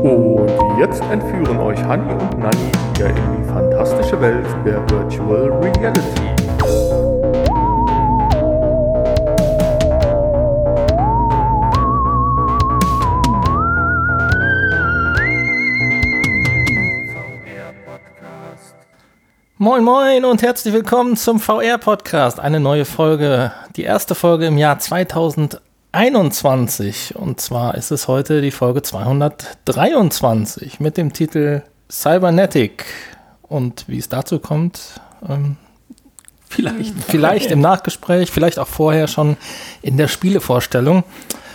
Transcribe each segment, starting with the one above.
Und jetzt entführen euch Hanni und Nanni wieder in die fantastische Welt der Virtual Reality. Moin moin und herzlich willkommen zum VR-Podcast. Eine neue Folge, die erste Folge im Jahr 2021. Und zwar ist es heute die Folge 223 mit dem Titel Cybernetic. Und wie es dazu kommt, vielleicht im Nachgespräch, vielleicht auch vorher schon in der Spielevorstellung.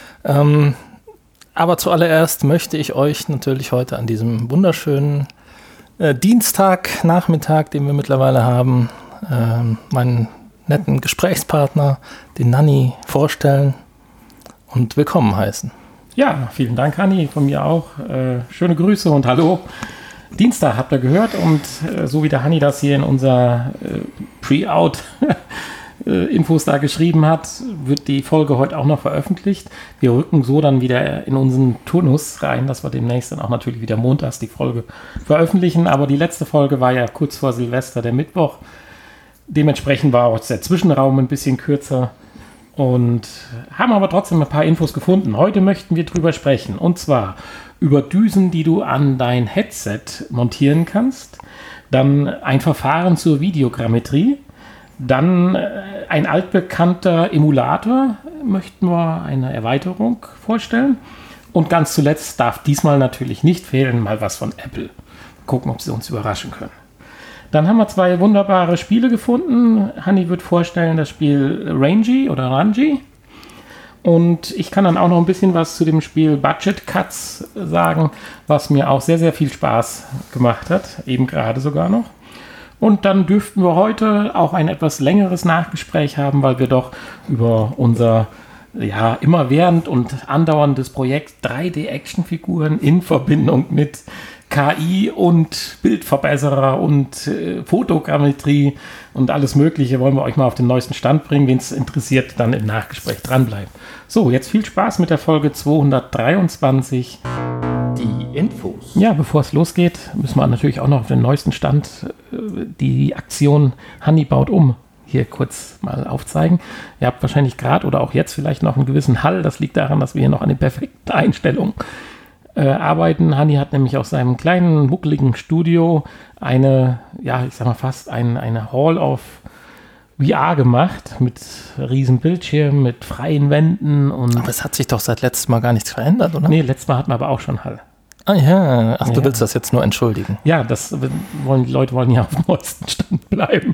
Aber zuallererst möchte ich euch natürlich heute an diesem wunderschönen Dienstag, Nachmittag, den wir mittlerweile haben, meinen netten Gesprächspartner, den Nanni, vorstellen und willkommen heißen. Ja, vielen Dank, Hanni, von mir auch. Schöne Grüße und hallo. Dienstag habt ihr gehört und so wie der Hanni das hier in unser Pre-Out Infos da geschrieben hat, wird die Folge heute auch noch veröffentlicht. Wir rücken so dann wieder in unseren Turnus rein, dass wir demnächst dann auch natürlich wieder montags die Folge veröffentlichen. Aber die letzte Folge war ja kurz vor Silvester, der Mittwoch. Dementsprechend war auch der Zwischenraum ein bisschen kürzer und haben aber trotzdem ein paar Infos gefunden. Heute möchten wir drüber sprechen und zwar über Düsen, die du an dein Headset montieren kannst. Dann ein Verfahren zur Videogrammetrie. Dann ein altbekannter Emulator, möchten wir eine Erweiterung vorstellen. Und ganz zuletzt darf diesmal natürlich nicht fehlen, mal was von Apple. Gucken, ob sie uns überraschen können. Dann haben wir zwei wunderbare Spiele gefunden. Hanni wird vorstellen das Spiel Rangy oder Rangy. Und ich kann dann auch noch ein bisschen was zu dem Spiel Budget Cuts sagen, was mir auch sehr, sehr viel Spaß gemacht hat. Eben gerade sogar noch. Und dann dürften wir heute auch ein etwas längeres Nachgespräch haben, weil wir doch über unser immerwährend und andauerndes Projekt 3D-Actionfiguren in Verbindung mit KI und Bildverbesserer und Fotogrammetrie und alles Mögliche wollen wir euch mal auf den neuesten Stand bringen. Wen es interessiert, dann im Nachgespräch dranbleiben. So, jetzt viel Spaß mit der Folge 223. Die Infos. Ja, bevor es losgeht, müssen wir natürlich auch noch auf den neuesten Stand die Aktion Hanni baut um hier kurz mal aufzeigen. Ihr habt wahrscheinlich gerade oder auch jetzt vielleicht noch einen gewissen Hall. Das liegt daran, dass wir hier noch an den perfekten Einstellungen arbeiten. Hanni hat nämlich aus seinem kleinen, muckeligen Studio eine Hall of VR gemacht mit riesen Bildschirmen, mit freien Wänden. Aber es hat sich doch seit letztem Mal gar nichts verändert, oder? Nee, letztes Mal hatten wir aber auch schon Hall. Ah ja, du willst das jetzt nur entschuldigen. Ja, die Leute wollen ja auf dem neuesten Stand bleiben.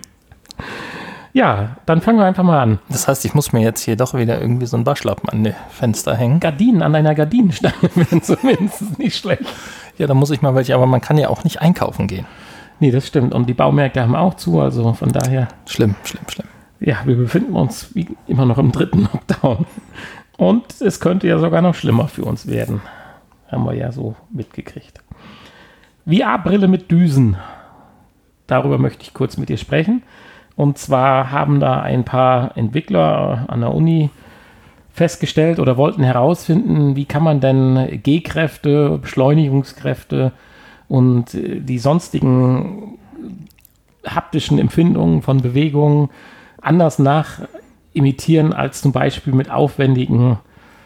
Ja, dann fangen wir einfach mal an. Das heißt, ich muss mir jetzt hier doch wieder irgendwie so einen Waschlappen an die Fenster hängen. Gardinen an deiner Gardinenstange wären zumindest nicht schlecht. Ja, da muss ich mal welche, aber man kann ja auch nicht einkaufen gehen. Nee, das stimmt. Und die Baumärkte haben auch zu, also von daher... Schlimm. Ja, wir befinden uns wie immer noch im 3. Lockdown. Und es könnte ja sogar noch schlimmer für uns werden. Haben wir ja so mitgekriegt. VR-Brille mit Düsen. Darüber möchte ich kurz mit dir sprechen. Und zwar haben da ein paar Entwickler an der Uni festgestellt oder wollten herausfinden, wie kann man denn G-Kräfte, Beschleunigungskräfte und die sonstigen haptischen Empfindungen von Bewegungen anders nachimitieren als zum Beispiel mit aufwendigen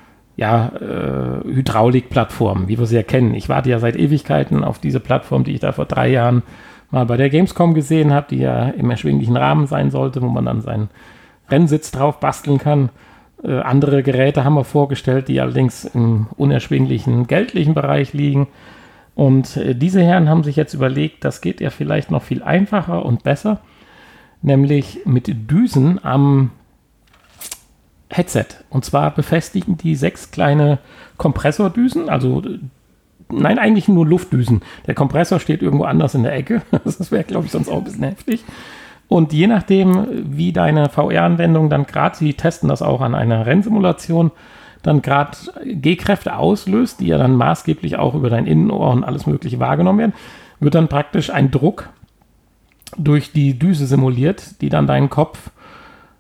Hydraulikplattformen, wie wir sie ja kennen. Ich warte ja seit Ewigkeiten auf diese Plattform, die ich da vor 3 Jahren mal bei der Gamescom gesehen habe, die ja im erschwinglichen Rahmen sein sollte, wo man dann seinen Rennsitz drauf basteln kann. Andere Geräte haben wir vorgestellt, die allerdings im unerschwinglichen geldlichen Bereich liegen. Und diese Herren haben sich jetzt überlegt, das geht ja vielleicht noch viel einfacher und besser, nämlich mit Düsen am Headset. Und zwar befestigen die 6 kleine Kompressordüsen, nein, eigentlich nur Luftdüsen. Der Kompressor steht irgendwo anders in der Ecke. Das wäre, glaube ich, sonst auch ein bisschen heftig. Und je nachdem, wie deine VR-Anwendung dann gerade, sie testen das auch an einer Rennsimulation, dann gerade G-Kräfte auslöst, die ja dann maßgeblich auch über dein Innenohr und alles Mögliche wahrgenommen werden, wird dann praktisch ein Druck durch die Düse simuliert, die dann deinen Kopf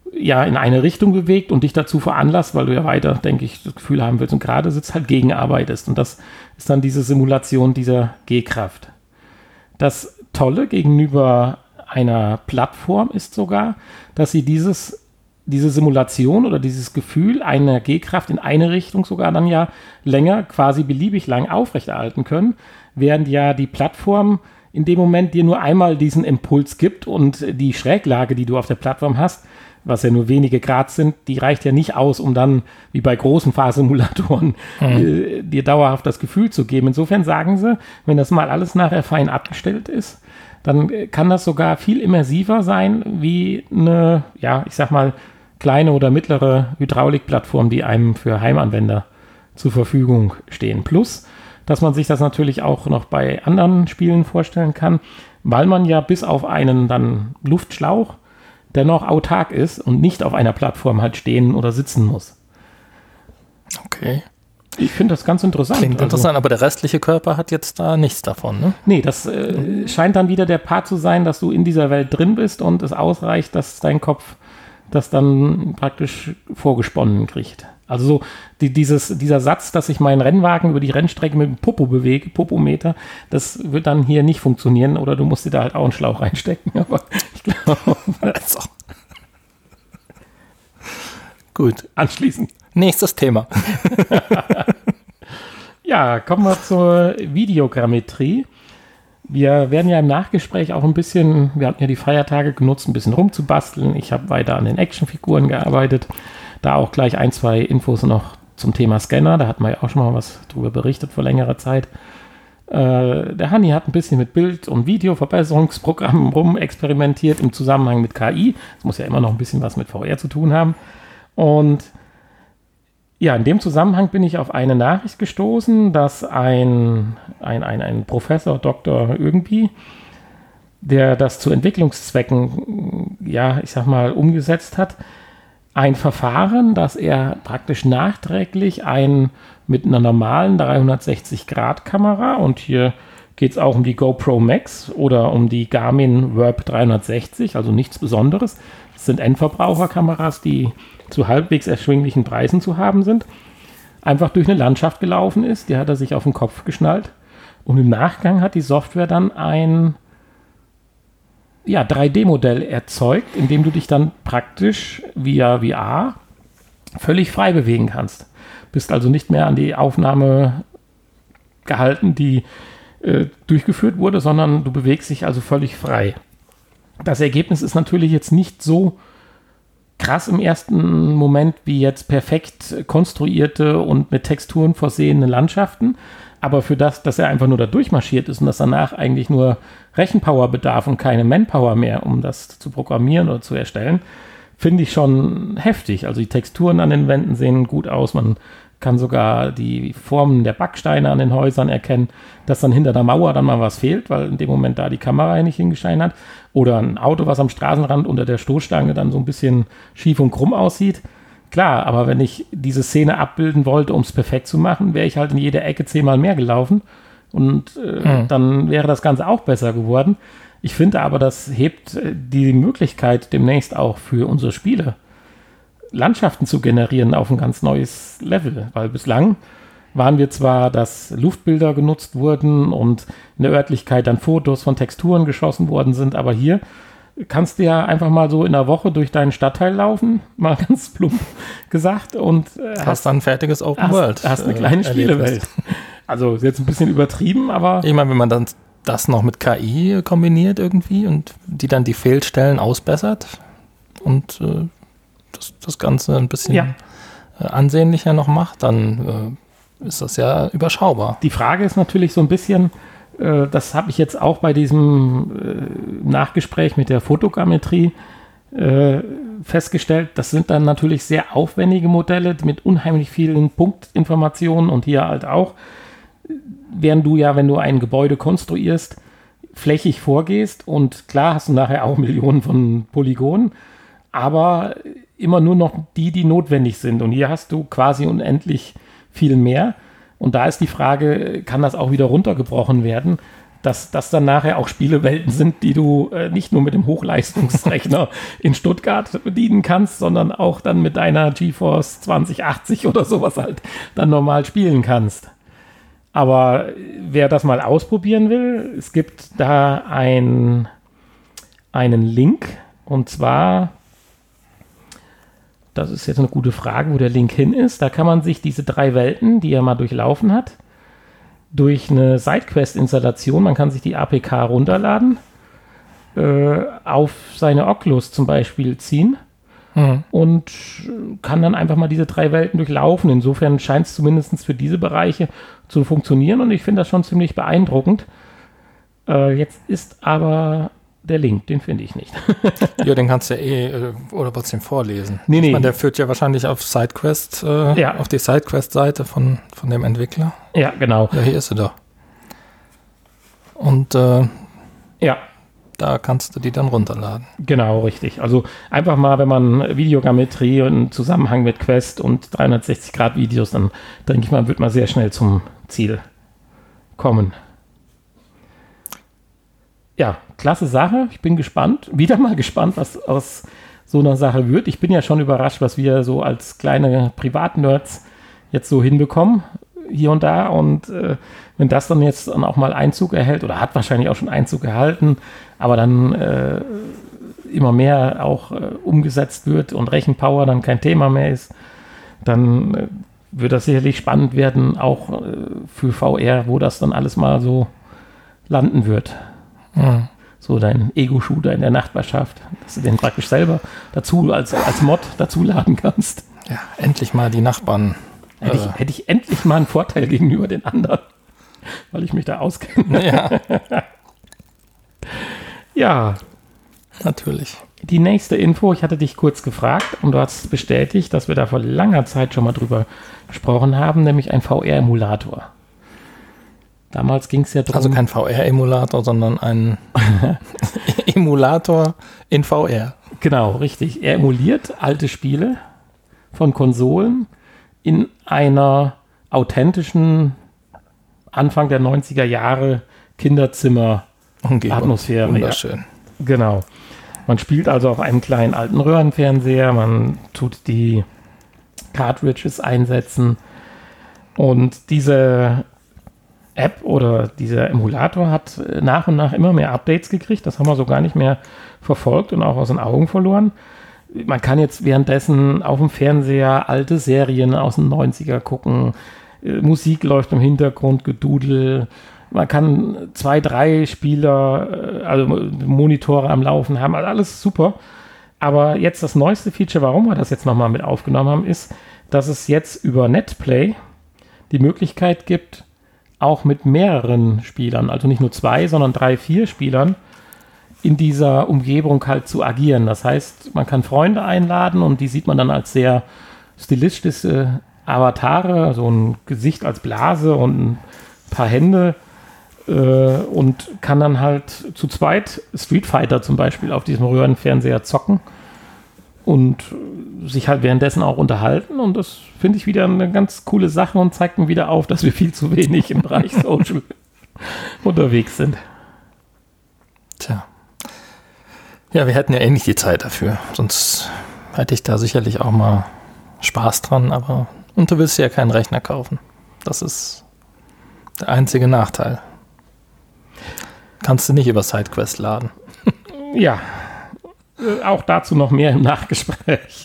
ja in eine Richtung bewegt und dich dazu veranlasst, weil du ja weiter, denke ich, das Gefühl haben willst und gerade sitzt, halt gegenarbeitest. Und das ist dann diese Simulation dieser Gehkraft. Das Tolle gegenüber einer Plattform ist sogar, dass sie diese Simulation oder dieses Gefühl einer Gehkraft in eine Richtung sogar dann ja länger, quasi beliebig lang aufrechterhalten können, während ja die Plattform in dem Moment dir nur einmal diesen Impuls gibt und die Schräglage, die du auf der Plattform hast, was ja nur wenige Grad sind, die reicht ja nicht aus, um dann, wie bei großen Fahrsimulatoren, dir dauerhaft das Gefühl zu geben. Insofern sagen sie, wenn das mal alles nachher fein abgestellt ist, dann kann das sogar viel immersiver sein, wie eine, ja, ich sag mal, kleine oder mittlere Hydraulikplattform, die einem für Heimanwender zur Verfügung stehen. Plus, dass man sich das natürlich auch noch bei anderen Spielen vorstellen kann, weil man ja bis auf einen dann Luftschlauch dennoch autark ist und nicht auf einer Plattform halt stehen oder sitzen muss. Okay. Ich finde das ganz interessant. Klingt interessant, aber der restliche Körper hat jetzt da nichts davon, ne? Nee, das scheint dann wieder der Part zu sein, dass du in dieser Welt drin bist und es ausreicht, dass dein Kopf das dann praktisch vorgesponnen kriegt. Also so dieser Satz, dass ich meinen Rennwagen über die Rennstrecke mit dem Popo bewege, Popometer, das wird dann hier nicht funktionieren oder du musst dir da halt auch einen Schlauch reinstecken. Aber ich glaube, Also. Gut. anschließend. Nächstes Thema. Ja, kommen wir zur Videogrammetrie. Wir werden ja im Nachgespräch auch ein bisschen, wir hatten ja die Feiertage genutzt, ein bisschen rumzubasteln. Ich habe weiter an den Actionfiguren gearbeitet. Da auch gleich 1, 2 Infos noch zum Thema Scanner. Da hatten wir ja auch schon mal was drüber berichtet vor längerer Zeit. Der Hanni hat ein bisschen mit Bild- und Videoverbesserungsprogrammen rumexperimentiert im Zusammenhang mit KI. Das muss ja immer noch ein bisschen was mit VR zu tun haben. Und ja, in dem Zusammenhang bin ich auf eine Nachricht gestoßen, dass ein Professor, Doktor irgendwie, der das zu Entwicklungszwecken, ja, ich sag mal, umgesetzt hat, ein Verfahren, das er praktisch nachträglich mit einer normalen 360-Grad-Kamera, und hier geht es auch um die GoPro Max oder um die Garmin Verb 360, also nichts Besonderes. Das sind Endverbraucherkameras, die zu halbwegs erschwinglichen Preisen zu haben sind, einfach durch eine Landschaft gelaufen ist. Die hat er sich auf den Kopf geschnallt. Und im Nachgang hat die Software dann ein 3D-Modell erzeugt, in dem du dich dann praktisch via VR völlig frei bewegen kannst. Bist also nicht mehr an die Aufnahme gehalten, die durchgeführt wurde, sondern du bewegst dich also völlig frei. Das Ergebnis ist natürlich jetzt nicht so krass im ersten Moment wie jetzt perfekt konstruierte und mit Texturen versehene Landschaften, aber für das, dass er einfach nur da durchmarschiert ist und dass danach eigentlich nur Rechenpower bedarf und keine Manpower mehr, um das zu programmieren oder zu erstellen, finde ich schon heftig. Also die Texturen an den Wänden sehen gut aus, man kann sogar die Formen der Backsteine an den Häusern erkennen, dass dann hinter der Mauer dann mal was fehlt, weil in dem Moment da die Kamera nicht hingescheint hat. Oder ein Auto, was am Straßenrand unter der Stoßstange dann so ein bisschen schief und krumm aussieht. Klar, aber wenn ich diese Szene abbilden wollte, um es perfekt zu machen, wäre ich halt in jeder Ecke 10-mal mehr gelaufen und dann wäre das Ganze auch besser geworden. Ich finde aber, das hebt die Möglichkeit demnächst auch für unsere Spiele, Landschaften zu generieren auf ein ganz neues Level, weil bislang waren wir zwar, dass Luftbilder genutzt wurden und in der Örtlichkeit dann Fotos von Texturen geschossen worden sind, aber hier kannst du ja einfach mal so in einer Woche durch deinen Stadtteil laufen, mal ganz plump gesagt, und hast dann ein fertiges Open World. Hast eine kleine Spielewelt. Also ist jetzt ein bisschen übertrieben, aber ich meine, wenn man dann das noch mit KI kombiniert irgendwie und die dann die Fehlstellen ausbessert und das Ganze ein bisschen ansehnlicher noch macht, dann ist das ja überschaubar. Die Frage ist natürlich so ein bisschen, das habe ich jetzt auch bei diesem Nachgespräch mit der Fotogrammetrie festgestellt, das sind dann natürlich sehr aufwendige Modelle mit unheimlich vielen Punktinformationen und hier halt auch, während du ja, wenn du ein Gebäude konstruierst, flächig vorgehst und klar hast du nachher auch Millionen von Polygonen, aber immer nur noch die notwendig sind. Und hier hast du quasi unendlich viel mehr. Und da ist die Frage, kann das auch wieder runtergebrochen werden, dass das dann nachher auch Spielewelten sind, die du nicht nur mit dem Hochleistungsrechner in Stuttgart bedienen kannst, sondern auch dann mit deiner GeForce 2080 oder sowas halt dann normal spielen kannst. Aber wer das mal ausprobieren will, es gibt da einen Link, und zwar, das ist jetzt eine gute Frage, wo der Link hin ist, da kann man sich diese 3 Welten, die er mal durchlaufen hat, durch eine SideQuest-Installation, man kann sich die APK runterladen, auf seine Oculus zum Beispiel ziehen und kann dann einfach mal diese 3 Welten durchlaufen. Insofern scheint es zumindest für diese Bereiche zu funktionieren und ich finde das schon ziemlich beeindruckend. Jetzt ist aber der Link, den finde ich nicht. Ja, den kannst du oder wolltest du den vorlesen? Nee. Ich meine, der führt ja wahrscheinlich auf SideQuest, auf die SideQuest-Seite von dem Entwickler. Ja, genau. Ja, hier ist sie doch. Und da kannst du die dann runterladen. Genau, richtig. Also einfach mal, wenn man Videogrammetrie und Zusammenhang mit Quest und 360-Grad-Videos, dann denke ich mal, wird man sehr schnell zum Ziel kommen. Ja, klasse Sache. Ich bin gespannt. Wieder mal gespannt, was aus so einer Sache wird. Ich bin ja schon überrascht, was wir so als kleine Privatnerds jetzt so hinbekommen, hier und da. Und wenn das dann jetzt dann auch mal Einzug erhält, oder hat wahrscheinlich auch schon Einzug erhalten, aber dann immer mehr auch umgesetzt wird und Rechenpower dann kein Thema mehr ist, dann wird das sicherlich spannend werden, auch für VR, wo das dann alles mal so landen wird. So dein Ego-Shooter in der Nachbarschaft, dass du den praktisch selber dazu als Mod dazuladen kannst. Ja, endlich mal die Nachbarn. Hätte ich endlich mal einen Vorteil gegenüber den anderen, weil ich mich da auskenne. Ja. Ja. Natürlich. Die nächste Info, ich hatte dich kurz gefragt und du hast bestätigt, dass wir da vor langer Zeit schon mal drüber gesprochen haben, nämlich ein VR-Emulator. Damals ging es ja darum... Also kein VR-Emulator, sondern ein Emulator in VR. Genau, richtig. Er emuliert alte Spiele von Konsolen in einer authentischen Anfang der 90er Jahre Kinderzimmer-Atmosphäre. Wunderschön. Ja. Genau. Man spielt also auf einem kleinen alten Röhrenfernseher, man tut die Cartridges einsetzen und diese App oder dieser Emulator hat nach und nach immer mehr Updates gekriegt. Das haben wir so gar nicht mehr verfolgt und auch aus den Augen verloren. Man kann jetzt währenddessen auf dem Fernseher alte Serien aus den 90er gucken. Musik läuft im Hintergrund, Gedudel. Man kann 2, 3 Spieler, also Monitore am Laufen haben. Also alles super. Aber jetzt das neueste Feature, warum wir das jetzt nochmal mit aufgenommen haben, ist, dass es jetzt über NetPlay die Möglichkeit gibt, auch mit mehreren Spielern, also nicht nur 2, sondern 3, 4 Spielern, in dieser Umgebung halt zu agieren. Das heißt, man kann Freunde einladen und die sieht man dann als sehr stilistische Avatare, so ein Gesicht als Blase und ein paar Hände und kann dann halt zu zweit Street Fighter zum Beispiel auf diesem Röhrenfernseher zocken und sich halt währenddessen auch unterhalten. Und das finde ich wieder eine ganz coole Sache und zeigt mir wieder auf, dass wir viel zu wenig im Bereich Social unterwegs sind. Tja. Ja, wir hätten ja eh nicht die Zeit dafür. Sonst hätte ich da sicherlich auch mal Spaß dran. Und du willst ja keinen Rechner kaufen. Das ist der einzige Nachteil. Kannst du nicht über SideQuest laden. Ja. Auch dazu noch mehr im Nachgespräch.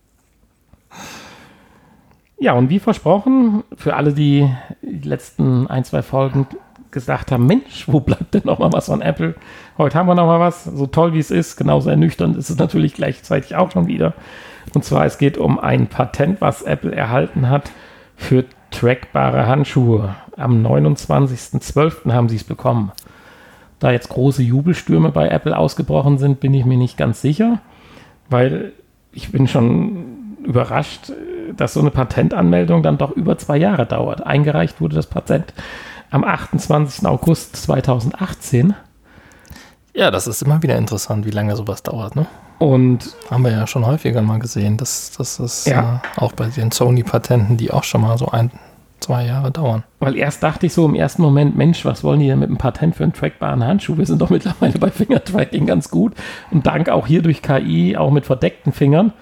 Ja, und wie versprochen, für alle, die letzten 1, 2 Folgen gesagt haben, Mensch, wo bleibt denn noch mal was von Apple? Heute haben wir noch mal was, so toll wie es ist, genauso ernüchternd ist es natürlich gleichzeitig auch schon wieder. Und zwar, es geht um ein Patent, was Apple erhalten hat für trackbare Handschuhe. Am 29.12. haben sie es bekommen. Da jetzt große Jubelstürme bei Apple ausgebrochen sind, bin ich mir nicht ganz sicher, weil ich bin schon überrascht, dass so eine Patentanmeldung dann doch über 2 Jahre dauert. Eingereicht wurde das Patent am 28. August 2018. Ja, das ist immer wieder interessant, wie lange sowas dauert, ne? Und haben wir ja schon häufiger mal gesehen, dass das auch bei den Sony-Patenten, die auch schon mal so 2 Jahre dauern. Weil erst dachte ich so im ersten Moment, Mensch, was wollen die denn mit einem Patent für einen trackbaren Handschuh? Wir sind doch mittlerweile bei Fingertracking ganz gut. Und dank auch hier durch KI, auch mit verdeckten Fingern.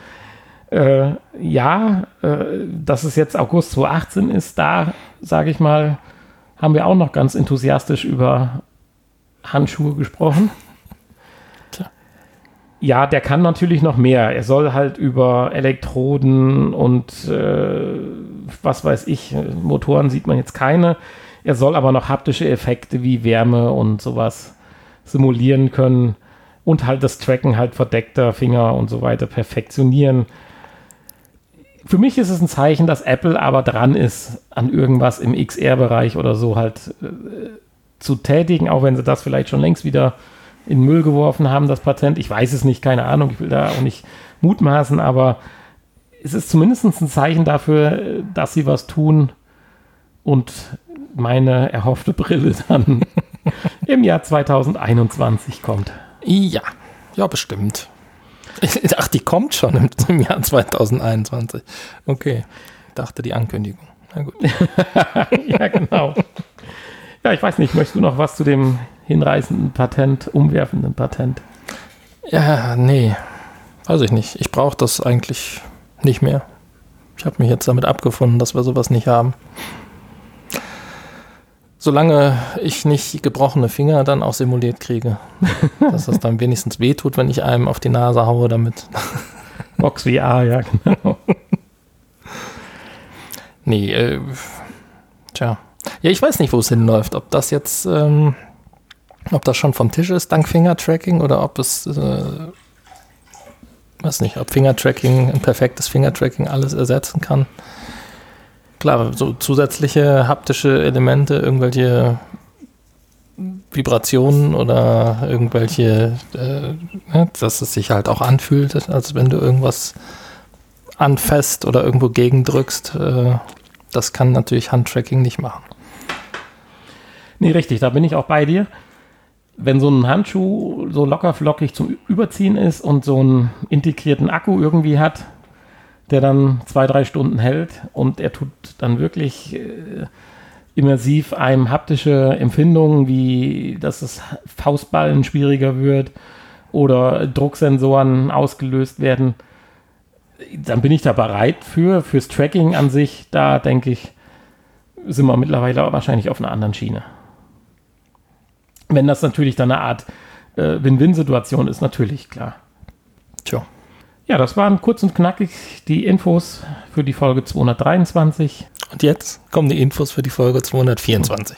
Dass es jetzt August 2018 ist, da, sage ich mal, haben wir auch noch ganz enthusiastisch über Handschuhe gesprochen. Tja. Ja, der kann natürlich noch mehr. Er soll halt über Elektroden und was weiß ich, Motoren sieht man jetzt keine. Er soll aber noch haptische Effekte wie Wärme und sowas simulieren können und halt das Tracken halt verdeckter Finger und so weiter perfektionieren. Für mich ist es ein Zeichen, dass Apple aber dran ist, an irgendwas im XR-Bereich oder so halt zu tätigen, auch wenn sie das vielleicht schon längst wieder in den Müll geworfen haben, das Patent. Ich weiß es nicht, keine Ahnung, ich will da auch nicht mutmaßen, aber es ist zumindest ein Zeichen dafür, dass sie was tun und meine erhoffte Brille dann im Jahr 2021 kommt. Ja, bestimmt. Ach, die kommt schon im Jahr 2021. Okay, ich dachte die Ankündigung. Na gut. Ja, genau. Ja, ich weiß nicht, möchtest du noch was zu dem hinreißenden Patent, umwerfenden Patent? Ja, nee, weiß ich nicht. Ich brauche das eigentlich nicht mehr. Ich habe mich jetzt damit abgefunden, dass wir sowas nicht haben. Solange ich nicht gebrochene Finger dann auch simuliert kriege. Dass das dann wenigstens wehtut, wenn ich einem auf die Nase haue damit. Box VR, ja, genau. Nee, tja. Ja, ich weiß nicht, wo es hinläuft. Ob das jetzt, ob das schon vom Tisch ist, dank Fingertracking, oder ob es, weiß nicht, ob Fingertracking, ein perfektes Fingertracking alles ersetzen kann. Klar, so zusätzliche haptische Elemente, irgendwelche Vibrationen oder irgendwelche, dass es sich halt auch anfühlt, als wenn du irgendwas anfasst oder irgendwo gegendrückst. Das kann natürlich Handtracking nicht machen. Nee, richtig, da bin ich auch bei dir. Wenn so ein Handschuh so locker flockig zum Überziehen ist und so einen integrierten Akku irgendwie hat, der dann 2-3 Stunden hält und er tut dann wirklich immersiv einem haptische Empfindungen, wie dass das Faustballen schwieriger wird oder Drucksensoren ausgelöst werden, dann bin ich da bereit fürs Tracking an sich. Da denke ich, sind wir mittlerweile wahrscheinlich auf einer anderen Schiene. Wenn das natürlich dann eine Art Win-Win-Situation ist, natürlich, klar. Tja. Ja, das waren kurz und knackig die Infos für die Folge 223. Und jetzt kommen die Infos für die Folge 224.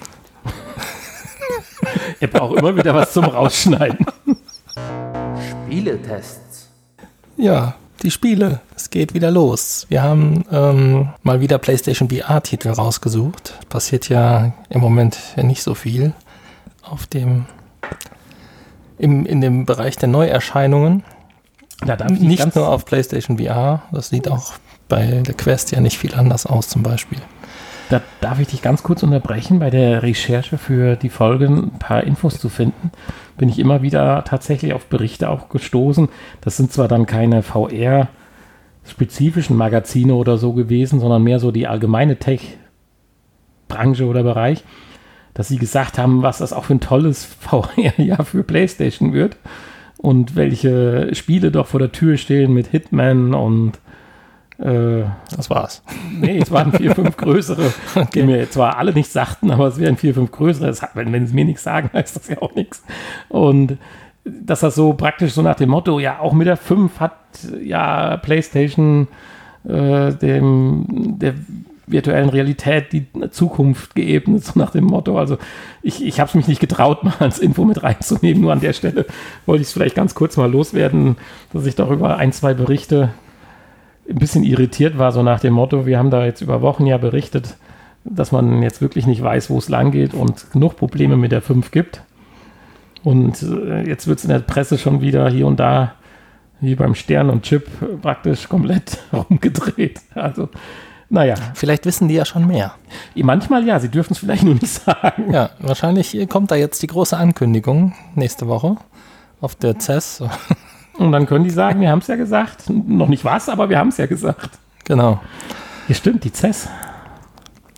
Ihr braucht immer wieder was zum Rausschneiden. Spieletests. Ja, die Spiele. Es geht wieder los. Wir haben mal wieder PlayStation VR-Titel rausgesucht. Passiert ja im Moment nicht so viel auf dem in dem Bereich der Neuerscheinungen. Da darf ich nicht nur auf PlayStation VR, das sieht auch bei der Quest ja nicht viel anders aus zum Beispiel. Da darf ich dich ganz kurz unterbrechen. Bei der Recherche für die Folge ein paar Infos zu finden, bin ich immer wieder tatsächlich auf Berichte auch gestoßen. Das sind zwar dann keine VR-spezifischen Magazine oder so gewesen, sondern mehr so die allgemeine Tech-Branche oder Bereich, dass sie gesagt haben, was das auch für ein tolles VR-Jahr für PlayStation wird. Und welche Spiele doch vor der Tür stehen mit Hitman und das war's. Nee, es waren 4, 5 größere, die mir zwar alle nichts sagten, aber es wären 4, 5 größere. Wenn sie mir nichts sagen, heißt das ja auch nichts. Und dass das so praktisch so nach dem Motto, ja, auch mit der 5 hat ja PlayStation der virtuellen Realität die Zukunft geebnet, so nach dem Motto. Also ich habe es mich nicht getraut, mal als Info mit reinzunehmen. Nur an der Stelle wollte ich es vielleicht ganz kurz mal loswerden, dass ich doch über 1, 2 Berichte ein bisschen irritiert war, so nach dem Motto, wir haben da jetzt über Wochen ja berichtet, dass man jetzt wirklich nicht weiß, wo es lang geht und genug Probleme mit der 5 gibt. Und jetzt wird es in der Presse schon wieder hier und da, wie beim Stern und Chip, praktisch komplett rumgedreht. Also, naja. Vielleicht wissen die ja schon mehr. Manchmal ja, sie dürfen es vielleicht nur nicht sagen. Ja, wahrscheinlich kommt da jetzt die große Ankündigung nächste Woche auf der CES. Und dann können die sagen, wir haben es ja gesagt. Noch nicht was, aber wir haben es ja gesagt. Genau. Hier stimmt, die CES.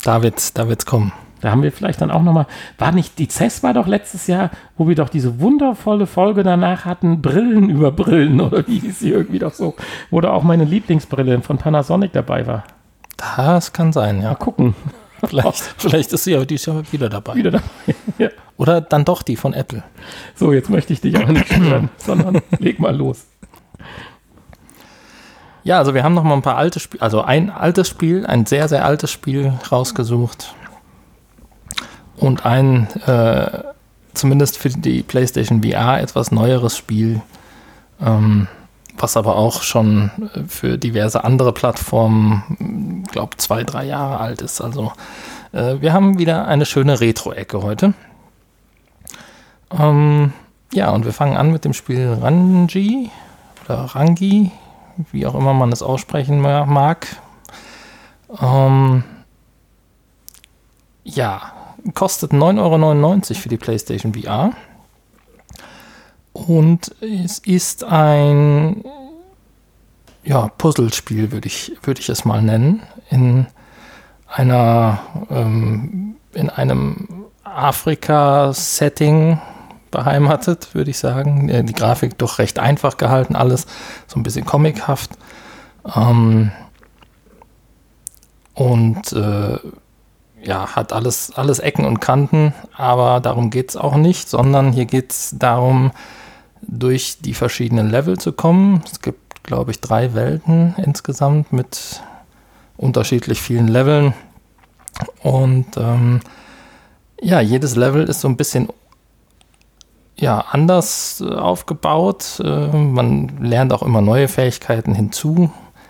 Da wird's kommen. Da haben wir vielleicht dann auch nochmal, war nicht, die CES war doch letztes Jahr, wo wir doch diese wundervolle Folge danach hatten, Brillen über Brillen, oder wie hieß sie irgendwie doch so, wo da auch meine Lieblingsbrille von Panasonic dabei war. Das kann sein, ja. Mal gucken. Vielleicht ist sie ja dieses Jahr wieder dabei. Ja. Oder dann doch die von Apple. So, jetzt möchte ich dich auch nicht stören, sondern leg mal los. Ja, also wir haben noch mal ein paar alte Spiele, also ein altes Spiel, ein sehr, sehr altes Spiel rausgesucht. Und ein, zumindest für die PlayStation VR, etwas neueres Spiel, was aber auch schon für diverse andere Plattformen, ich glaube, 2-3 Jahre alt ist. Also wir haben wieder eine schöne Retro-Ecke heute. Ja, und wir fangen an mit dem Spiel Rangi oder Rangi, wie auch immer man es aussprechen mag. Ja, kostet 9,99 € für die PlayStation VR. Und es ist ein Puzzlespiel, würde ich es mal nennen, in einem Afrika-Setting beheimatet, würde ich sagen. Die Grafik doch recht einfach gehalten, alles so ein bisschen comichaft. Hat alles Ecken und Kanten, aber darum geht es auch nicht, sondern hier geht es darum, durch die verschiedenen Level zu kommen. Es gibt, glaube ich, 3 Welten insgesamt mit unterschiedlich vielen Leveln. Und jedes Level ist so ein bisschen anders aufgebaut. Man lernt auch immer neue Fähigkeiten hinzu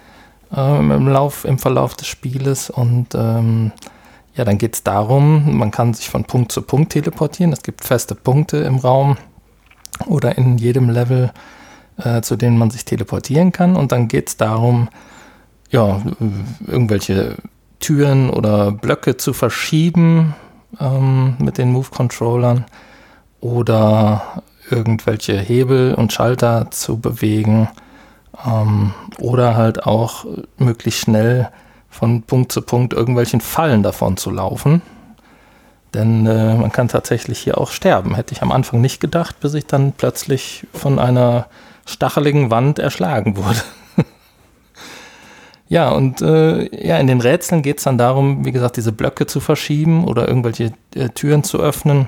im Verlauf des Spieles. Und dann geht es darum, man kann sich von Punkt zu Punkt teleportieren. Es gibt feste Punkte im Raum oder in jedem Level, zu denen man sich teleportieren kann. Und dann geht es darum, irgendwelche Türen oder Blöcke zu verschieben mit den Move-Controllern oder irgendwelche Hebel und Schalter zu bewegen oder halt auch möglichst schnell von Punkt zu Punkt irgendwelchen Fallen davon zu laufen. Denn man kann tatsächlich hier auch sterben. Hätte ich am Anfang nicht gedacht, bis ich dann plötzlich von einer stacheligen Wand erschlagen wurde. Ja, und in den Rätseln geht es dann darum, wie gesagt, diese Blöcke zu verschieben oder irgendwelche Türen zu öffnen.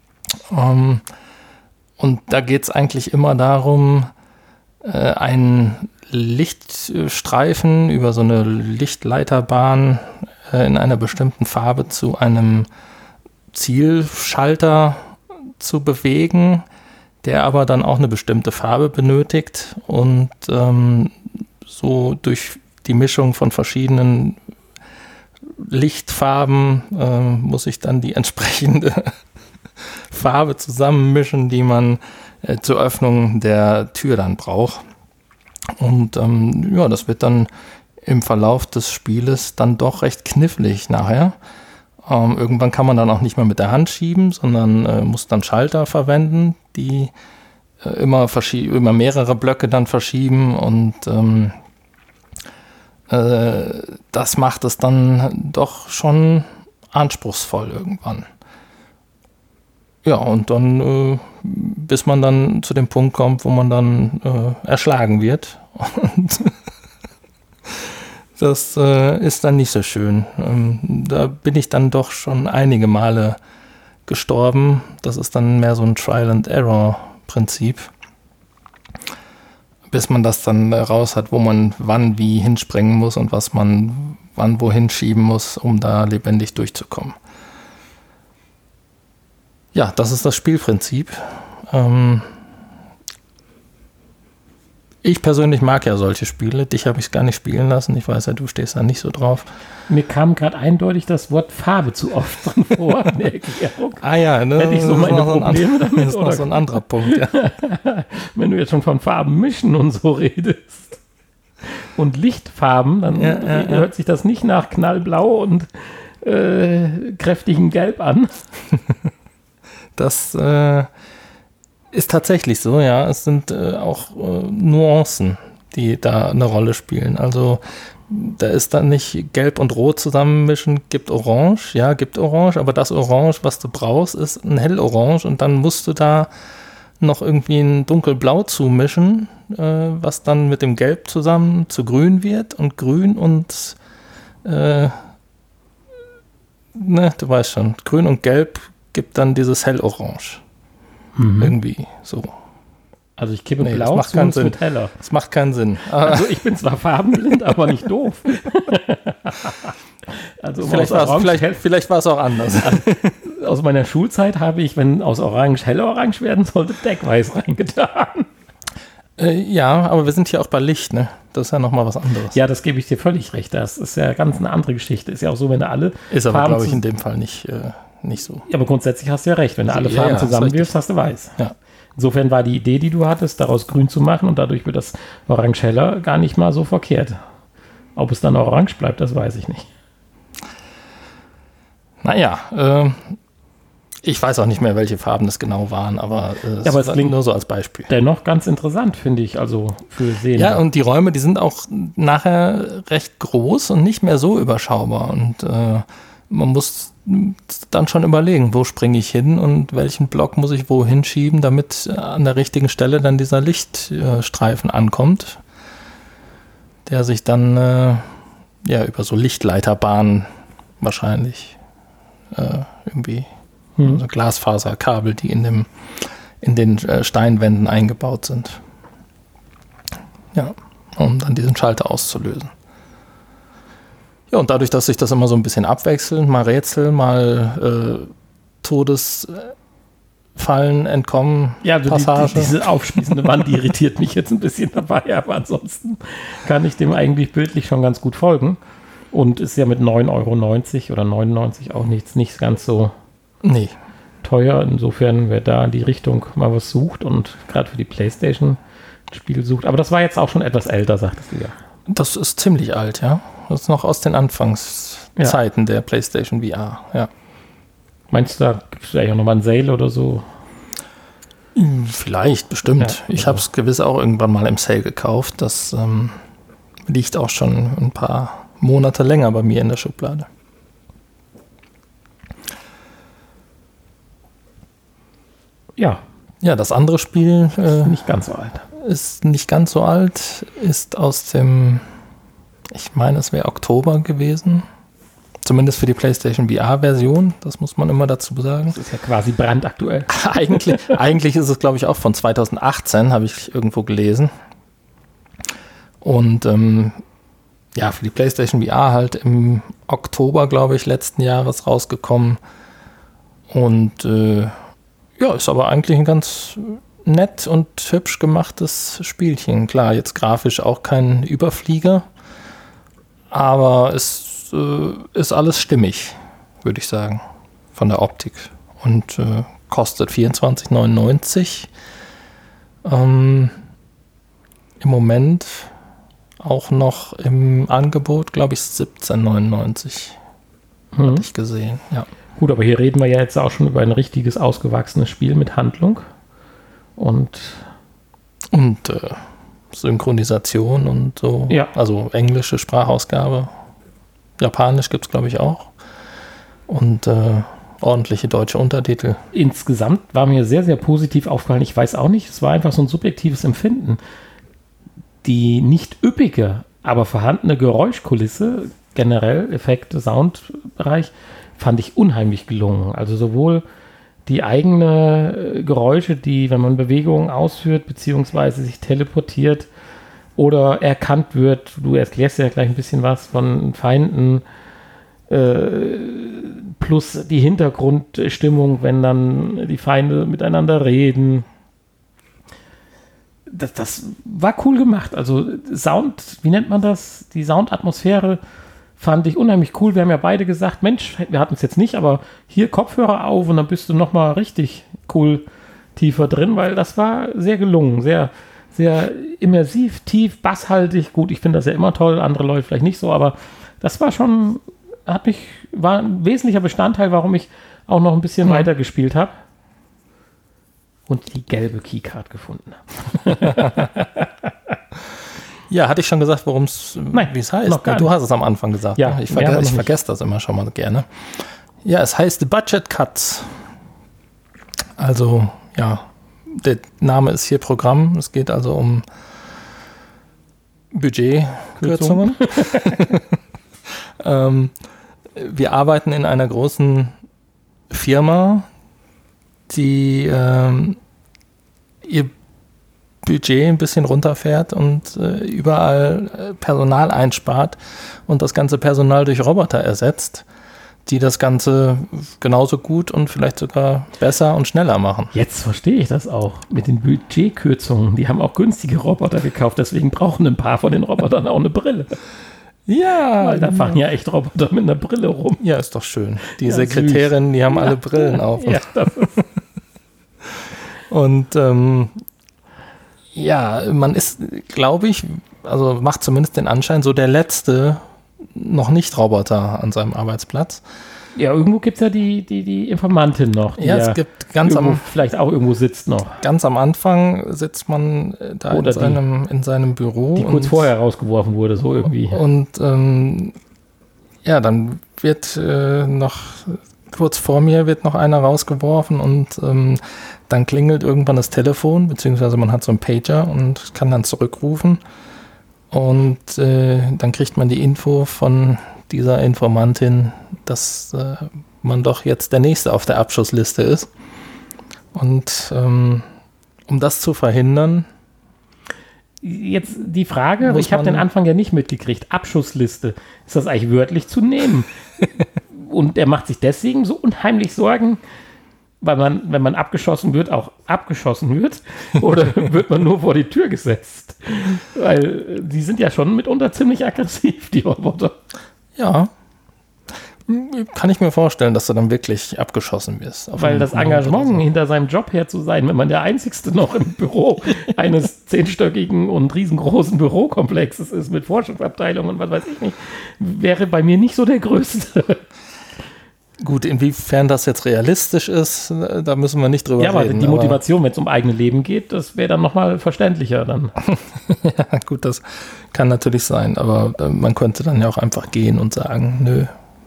Und da geht es eigentlich immer darum, einen Lichtstreifen über so eine Lichtleiterbahn in einer bestimmten Farbe zu einem Zielschalter zu bewegen, der aber dann auch eine bestimmte Farbe benötigt und so durch die Mischung von verschiedenen Lichtfarben muss ich dann die entsprechende Farbe zusammenmischen, die man zur Öffnung der Tür dann braucht. Und das wird dann im Verlauf des Spieles dann doch recht knifflig nachher. Irgendwann kann man dann auch nicht mehr mit der Hand schieben, sondern muss dann Schalter verwenden, die immer mehrere Blöcke dann verschieben und das macht es dann doch schon anspruchsvoll irgendwann. Ja, und dann, bis man dann zu dem Punkt kommt, wo man dann erschlagen wird. Und das ist dann nicht so schön. Da bin ich dann doch schon einige Male gestorben. Das ist dann mehr so ein Trial-and-Error-Prinzip. Bis man das dann raus hat, wo man wann wie hinspringen muss und was man wann wohin schieben muss, um da lebendig durchzukommen. Ja, das ist das Spielprinzip. Ich persönlich mag ja solche Spiele. Dich habe ich es gar nicht spielen lassen. Ich weiß ja, du stehst da nicht so drauf. Mir kam gerade eindeutig das Wort Farbe zu oft drin vor in der Erklärung. Ne? Hätte ich so meine Probleme damit. Das ist noch so ein anderer Punkt, ja. Wenn du jetzt schon von Farben mischen und so redest und Lichtfarben, dann hört sich das nicht nach knallblau und kräftigem Gelb an. Das ist tatsächlich so, ja. Es sind auch Nuancen, die da eine Rolle spielen. Also da ist dann nicht Gelb und Rot zusammenmischen, gibt Orange, ja, gibt Orange, aber das Orange, was du brauchst, ist ein Hellorange und dann musst du da noch irgendwie ein Dunkelblau zumischen, was dann mit dem Gelb zusammen zu Grün wird und Grün und du weißt schon, Grün und Gelb gibt dann dieses Hellorange. Irgendwie so. Also ich kippe Blau zu uns mit heller. Das macht keinen Sinn. Also ich bin zwar farbenblind, aber nicht doof. Also vielleicht war es auch anders. Aus meiner Schulzeit habe ich, wenn aus Orange hellorange werden sollte, Deckweiß reingetan. Ja, aber wir sind hier auch bei Licht, ne? Das ist ja nochmal was anderes. Ja, das gebe ich dir völlig recht. Das ist ja ganz eine andere Geschichte. Ist ja auch so, wenn du alle ist aber, glaube ich, in dem Fall nicht so. Ja, aber grundsätzlich hast du ja recht. Wenn du alle Farben zusammenwirfst, hast du weiß. Ja. Insofern war die Idee, die du hattest, daraus grün zu machen und dadurch wird das Orange heller, gar nicht mal so verkehrt. Ob es dann orange bleibt, das weiß ich nicht. Naja, ich weiß auch nicht mehr, welche Farben das genau waren, aber es klingt nur so als Beispiel. Dennoch ganz interessant, finde ich, also für Sehende. Ja, und die Räume, die sind auch nachher recht groß und nicht mehr so überschaubar und man muss dann schon überlegen, wo springe ich hin und welchen Block muss ich wo hinschieben, damit an der richtigen Stelle dann dieser Lichtstreifen ankommt, der sich dann über so Lichtleiterbahnen wahrscheinlich irgendwie so Glasfaserkabel, die in den Steinwänden eingebaut sind. Ja, um dann diesen Schalter auszulösen. Ja, und dadurch, dass sich das immer so ein bisschen abwechselt, mal Rätsel, mal Todesfallen, Entkommen, ja, also Passage. Diese aufspießende Wand, die irritiert mich jetzt ein bisschen dabei, aber ansonsten kann ich dem eigentlich bildlich schon ganz gut folgen. Und ist ja mit 9,90 € oder 99 auch nicht ganz so teuer. Insofern, wer da in die Richtung mal was sucht und gerade für die PlayStation ein Spiel sucht. Aber das war jetzt auch schon etwas älter, sagtest du ja. Das ist ziemlich alt, ja. Das ist noch aus den Anfangszeiten der PlayStation VR, ja. Meinst du, da gibt es vielleicht auch nochmal einen Sale oder so? Vielleicht, bestimmt. Ja, ich habe es gewiss auch irgendwann mal im Sale gekauft. Das liegt auch schon ein paar Monate länger bei mir in der Schublade. Ja, das andere Spiel nicht ganz so alt. Ist nicht ganz so alt, ist aus dem, ich meine, es wäre Oktober gewesen. Zumindest für die PlayStation VR-Version, das muss man immer dazu sagen. Das ist ja quasi brandaktuell. Eigentlich ist es, glaube ich, auch von 2018, habe ich irgendwo gelesen. Und für die PlayStation VR halt im Oktober, glaube ich, letzten Jahres rausgekommen. Und ist aber eigentlich ein ganz nett und hübsch gemachtes Spielchen. Klar, jetzt grafisch auch kein Überflieger, aber es ist alles stimmig, würde ich sagen, von der Optik. Und kostet 24,99 €. Im Moment auch noch im Angebot, glaube ich, 17,99 €. Hatte ich gesehen, ja. Gut, aber hier reden wir ja jetzt auch schon über ein richtiges, ausgewachsenes Spiel mit Handlung. Und Synchronisation und so. Ja. Also englische Sprachausgabe. Japanisch gibt es, glaube ich, auch. Und ordentliche deutsche Untertitel. Insgesamt war mir sehr, sehr positiv aufgefallen. Ich weiß auch nicht, es war einfach so ein subjektives Empfinden. Die nicht üppige, aber vorhandene Geräuschkulisse, generell Effekte, Soundbereich, fand ich unheimlich gelungen. Also sowohl die eigene Geräusche, die, wenn man Bewegungen ausführt, beziehungsweise sich teleportiert oder erkannt wird, du erklärst ja gleich ein bisschen was von Feinden, plus die Hintergrundstimmung, wenn dann die Feinde miteinander reden. Das war cool gemacht. Also Sound, wie nennt man das? Die Soundatmosphäre fand ich unheimlich cool. Wir haben ja beide gesagt, Mensch, wir hatten es jetzt nicht, aber hier Kopfhörer auf und dann bist du nochmal richtig cool tiefer drin, weil das war sehr gelungen, sehr, sehr immersiv, tief, basshaltig. Gut, ich finde das ja immer toll, andere Leute vielleicht nicht so, aber das war schon, war ein wesentlicher Bestandteil, warum ich auch noch ein bisschen weiter gespielt habe und die gelbe Keycard gefunden habe. Ja, hatte ich schon gesagt, wie es heißt? noch gar Du nicht. hast es am Anfang gesagt. Ja, ne? Ich mehr aber noch nicht. vergesse das immer schon mal gerne. Ja, es heißt Budget Cuts. Also, ja, der Name ist hier Programm. Es geht also um Budgetkürzungen. Wir arbeiten in einer großen Firma, die ihr Budget ein bisschen runterfährt und überall Personal einspart und das ganze Personal durch Roboter ersetzt, die das Ganze genauso gut und vielleicht sogar besser und schneller machen. Jetzt verstehe ich das auch mit den Budgetkürzungen. Die haben auch günstige Roboter gekauft, deswegen brauchen ein paar von den Robotern auch eine Brille. Ja, Weil da fahren ja echt Roboter mit einer Brille rum. ja, ist doch schön. Die Ja, Sekretärinnen, die haben alle Brillen auf. Ja, das ist Und ja, man ist, glaube ich, also macht zumindest den Anschein, so der letzte noch nicht Roboter an seinem Arbeitsplatz. ja, irgendwo gibt es ja die Informantin noch. Die Ja, es gibt vielleicht auch irgendwo sitzt noch. ganz am Anfang sitzt man da Oder in seinem Büro. Die kurz vorher rausgeworfen wurde, so irgendwie. Und ja, dann wird noch kurz vor mir wird noch einer rausgeworfen und dann klingelt irgendwann das Telefon, beziehungsweise man hat so einen Pager und kann dann zurückrufen. Und dann kriegt man die Info von dieser Informantin, dass man doch jetzt der Nächste auf der Abschussliste ist. Und um das zu verhindern, Jetzt die Frage, Muss ich habe man- den Anfang ja nicht mitgekriegt. Abschussliste. Ist das eigentlich wörtlich zu nehmen? Und er macht sich deswegen so unheimlich Sorgen, weil man, wenn man abgeschossen wird, auch abgeschossen wird? Oder wird man nur vor die Tür gesetzt? Weil die sind ja schon mitunter ziemlich aggressiv, die Roboter. ja, kann ich mir vorstellen, dass du dann wirklich abgeschossen wirst. Auf Weil einem das Mond oder Engagement, so. hinter seinem Job her zu sein, wenn man der Einzigste noch im Büro eines 10-stöckigen und riesengroßen Bürokomplexes ist mit Forschungsabteilungen und was weiß ich nicht, wäre bei mir nicht so der Größte. Gut, inwiefern das jetzt realistisch ist, da müssen wir nicht drüber Ja, aber reden. die Motivation, wenn es um eigene Leben geht, das wäre dann nochmal verständlicher dann. Ja, gut, das kann natürlich sein, aber man könnte dann ja auch einfach gehen und sagen, nö.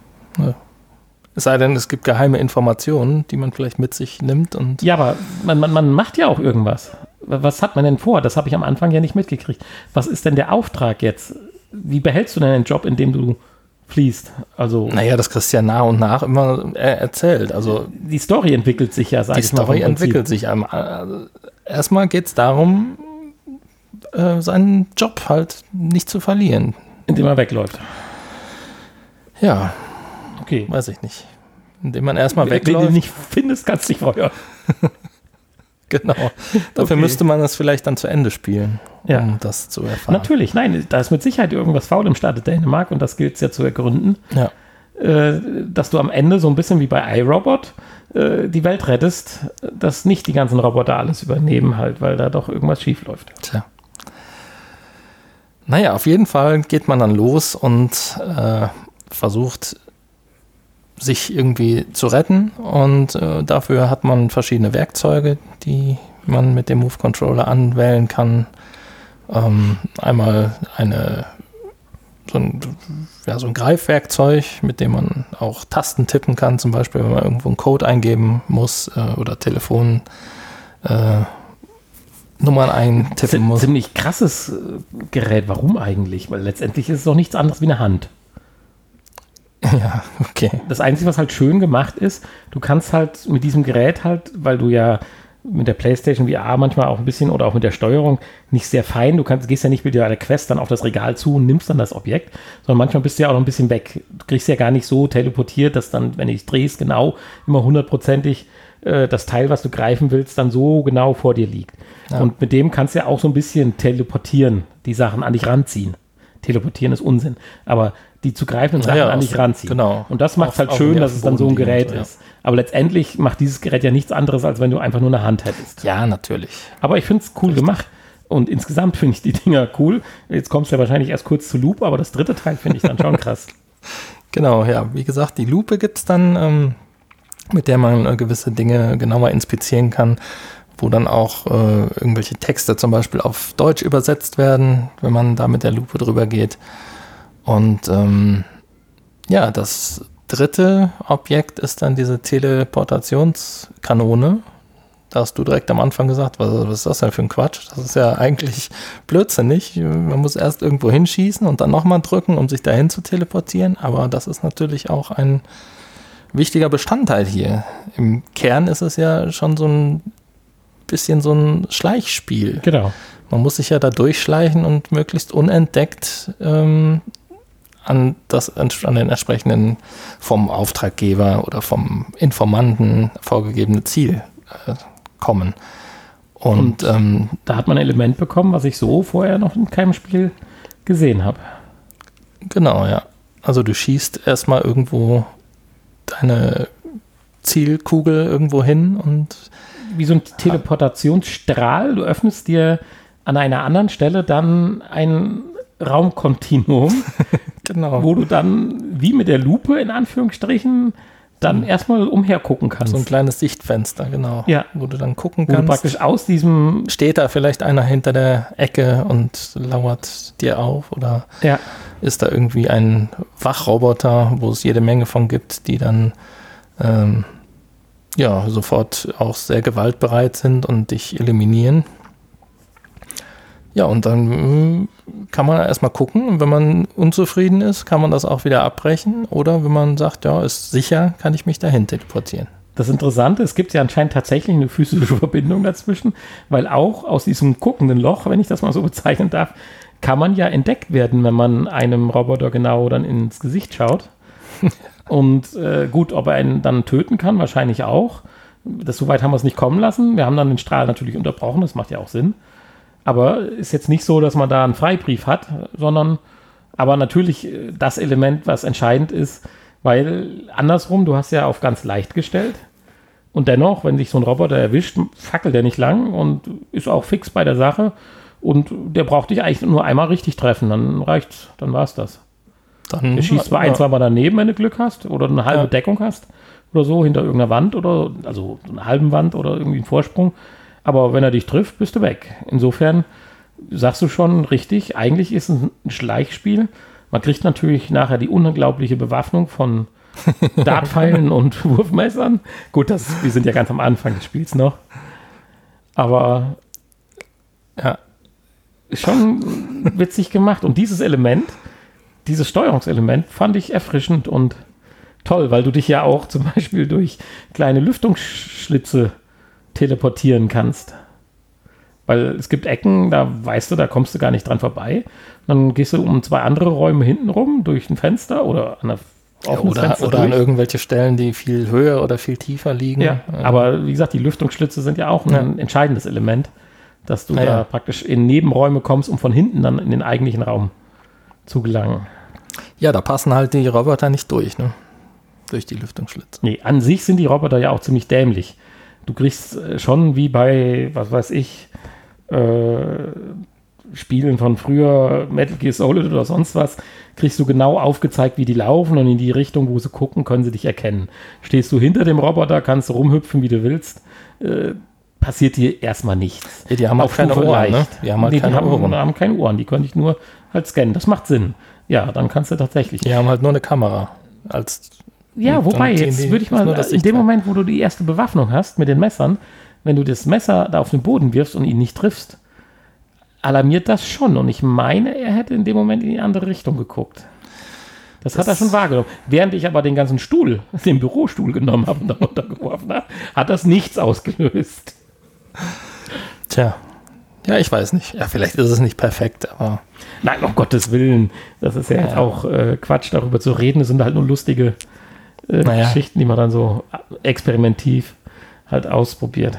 Es sei denn, es gibt geheime Informationen, die man vielleicht mit sich nimmt und Ja, aber man macht ja auch irgendwas. Was hat man denn vor? Das habe ich am Anfang ja nicht mitgekriegt. Was ist denn der Auftrag jetzt? Wie behältst du denn den Job, in dem du fließt? Also naja, das kriegst du ja nach und nach immer erzählt. Also die Story entwickelt sich ja, sag die ich mal. Story vom Prinzip. entwickelt sich einmal. Also erstmal geht es darum, seinen Job halt nicht zu verlieren. Indem er wegläuft. Ja, Okay. weiß ich nicht. Indem man erstmal Wenn du wegläuft. ihn nicht findest, kannst du dich feuern. Genau. Dafür Okay. müsste man das vielleicht dann zu Ende spielen, Ja. um das zu erfahren. Natürlich, nein, da ist mit Sicherheit irgendwas faul im Staate Dänemark und das gilt es ja zu ergründen, Ja. dass du am Ende so ein bisschen wie bei iRobot die Welt rettest, dass nicht die ganzen Roboter alles übernehmen halt, weil da doch irgendwas schief läuft. Tja. Naja, auf jeden Fall geht man dann los und versucht, sich irgendwie zu retten. Und dafür hat man verschiedene Werkzeuge, die man mit dem Move Controller anwählen kann. Einmal so ein Greifwerkzeug, mit dem man auch Tasten tippen kann, zum Beispiel, wenn man irgendwo einen Code eingeben muss oder Telefonnummern eintippen muss. Ziemlich krasses Gerät. Warum eigentlich? Weil letztendlich ist es doch nichts anderes wie eine Hand. Ja, okay. Das Einzige, was halt schön gemacht ist, du kannst halt mit diesem Gerät halt, weil du ja mit der PlayStation VR manchmal auch ein bisschen oder auch mit der Steuerung nicht sehr fein, gehst ja nicht mit der Quest dann auf das Regal zu und nimmst dann das Objekt, sondern manchmal bist du ja auch noch ein bisschen weg. Du kriegst ja gar nicht so teleportiert, dass dann, wenn du dich drehst, genau immer hundertprozentig das Teil, was du greifen willst, dann so genau vor dir liegt. Ja. Und mit dem kannst du ja auch so ein bisschen teleportieren, die Sachen an dich ranziehen. Teleportieren ist Unsinn, aber die zu greifenden Sachen Ja, an dich ranziehen. genau. Und das macht es halt Auch schön, wenn die dass auf es dem dann so ein Boden liegen Gerät und so, ist. Aber letztendlich macht dieses Gerät ja nichts anderes, als wenn du einfach nur eine Hand hättest. Ja, natürlich. Aber ich finde es cool gemacht. Und insgesamt finde ich die Dinger cool. Jetzt kommst du ja wahrscheinlich erst kurz zu Loop, aber das dritte Teil finde ich dann schon krass. Genau, ja. Wie gesagt, die Lupe gibt es dann, mit der man gewisse Dinge genauer inspizieren kann, wo dann auch irgendwelche Texte zum Beispiel auf Deutsch übersetzt werden, wenn man da mit der Lupe drüber geht. Und das dritte Objekt ist dann diese Teleportationskanone. Da hast du direkt am Anfang gesagt, was ist das denn für ein Quatsch? Das ist ja eigentlich blödsinnig. Man muss erst irgendwo hinschießen und dann nochmal drücken, um sich dahin zu teleportieren. Aber das ist natürlich auch ein wichtiger Bestandteil hier. Im Kern ist es ja schon so ein bisschen so ein Schleichspiel. Genau. Man muss sich ja da durchschleichen und möglichst unentdeckt an den entsprechenden vom Auftraggeber oder vom Informanten vorgegebene Ziel kommen. Und da hat man ein Element bekommen, was ich so vorher noch in keinem Spiel gesehen habe. Genau, ja. Also du schießt erstmal irgendwo deine Zielkugel irgendwo hin und wie so ein Teleportationsstrahl. Du öffnest dir an einer anderen Stelle dann ein Raumkontinuum, genau, wo du dann wie mit der Lupe in Anführungsstrichen dann erstmal umhergucken kannst. So ein kleines Sichtfenster, genau. Ja. Wo du dann gucken wo kannst. Du praktisch aus diesem... Steht da vielleicht einer hinter der Ecke und lauert dir auf? Oder ist da irgendwie ein Wachroboter, wo es jede Menge von gibt, die dann sofort auch sehr gewaltbereit sind und dich eliminieren? Ja, und dann kann man erstmal gucken. Und wenn man unzufrieden ist, kann man das auch wieder abbrechen. Oder wenn man sagt, ja, ist sicher, kann ich mich dahin teleportieren. Das Interessante, es gibt ja anscheinend tatsächlich eine physische Verbindung dazwischen, weil auch aus diesem guckenden Loch, wenn ich das mal so bezeichnen darf, kann man ja entdeckt werden, wenn man einem Roboter genau dann ins Gesicht schaut. Und gut, ob er einen dann töten kann, wahrscheinlich auch. So weit haben wir es nicht kommen lassen. Wir haben dann den Strahl natürlich unterbrochen, das macht ja auch Sinn. Aber ist jetzt nicht so, dass man da einen Freibrief hat, sondern aber natürlich das Element, was entscheidend ist, weil andersrum, du hast ja auf ganz leicht gestellt und dennoch, wenn sich so ein Roboter erwischt, fackelt der nicht lang und ist auch fix bei der Sache und der braucht dich eigentlich nur einmal richtig treffen, dann reicht's, dann war's das. Der schießt zwar ein, zweimal daneben, wenn du Glück hast oder eine halbe Deckung hast oder so hinter irgendeiner Wand oder also einer halben Wand oder irgendwie einen Vorsprung. Aber wenn er dich trifft, bist du weg. Insofern sagst du schon richtig, eigentlich ist es ein Schleichspiel. Man kriegt natürlich nachher die unglaubliche Bewaffnung von Dartpfeilen und Wurfmessern. Gut, wir sind ja ganz am Anfang des Spiels noch. Aber ja, schon witzig gemacht. Und dieses Element, dieses Steuerungselement fand ich erfrischend und toll, weil du dich ja auch zum Beispiel durch kleine Lüftungsschlitze teleportieren kannst. Weil es gibt Ecken, da weißt du, da kommst du gar nicht dran vorbei. Dann gehst du um 2 andere Räume hinten rum, durch ein Fenster oder an oder an irgendwelche Stellen, die viel höher oder viel tiefer liegen. Ja, aber wie gesagt, die Lüftungsschlitze sind ja auch ein entscheidendes Element, dass du da praktisch in Nebenräume kommst, um von hinten dann in den eigentlichen Raum zu gelangen. Ja, da passen halt die Roboter nicht durch, ne? Durch die Lüftungsschlitze. Nee, an sich sind die Roboter ja auch ziemlich dämlich. Du kriegst schon wie bei, was weiß ich, Spielen von früher, Metal Gear Solid oder sonst was, kriegst du genau aufgezeigt, wie die laufen und in die Richtung, wo sie gucken, können sie dich erkennen. Stehst du hinter dem Roboter, kannst du rumhüpfen, wie du willst, passiert dir erstmal nichts. Ja, die haben auch keine Ohren, ne? Die haben halt keine Ohren. Die haben keine Ohren, die können dich nur halt scannen. Das macht Sinn. Ja, dann kannst du tatsächlich. Die haben halt nur eine Kamera. Ja, wobei, jetzt würde ich mal, in dem Moment, wo du die erste Bewaffnung hast mit den Messern, wenn du das Messer da auf den Boden wirfst und ihn nicht triffst, alarmiert das schon. Und ich meine, er hätte in dem Moment in die andere Richtung geguckt. Das hat er schon wahrgenommen. Während ich aber den ganzen Stuhl, den Bürostuhl genommen habe und da runtergeworfen habe, hat das nichts ausgelöst. Tja. Ja, ich weiß nicht. Ja, vielleicht ist es nicht perfekt, aber... Nein, um Gottes Willen. Das ist ja jetzt auch Quatsch, darüber zu reden. Das sind halt nur lustige Geschichten, die man dann so experimentativ halt ausprobiert.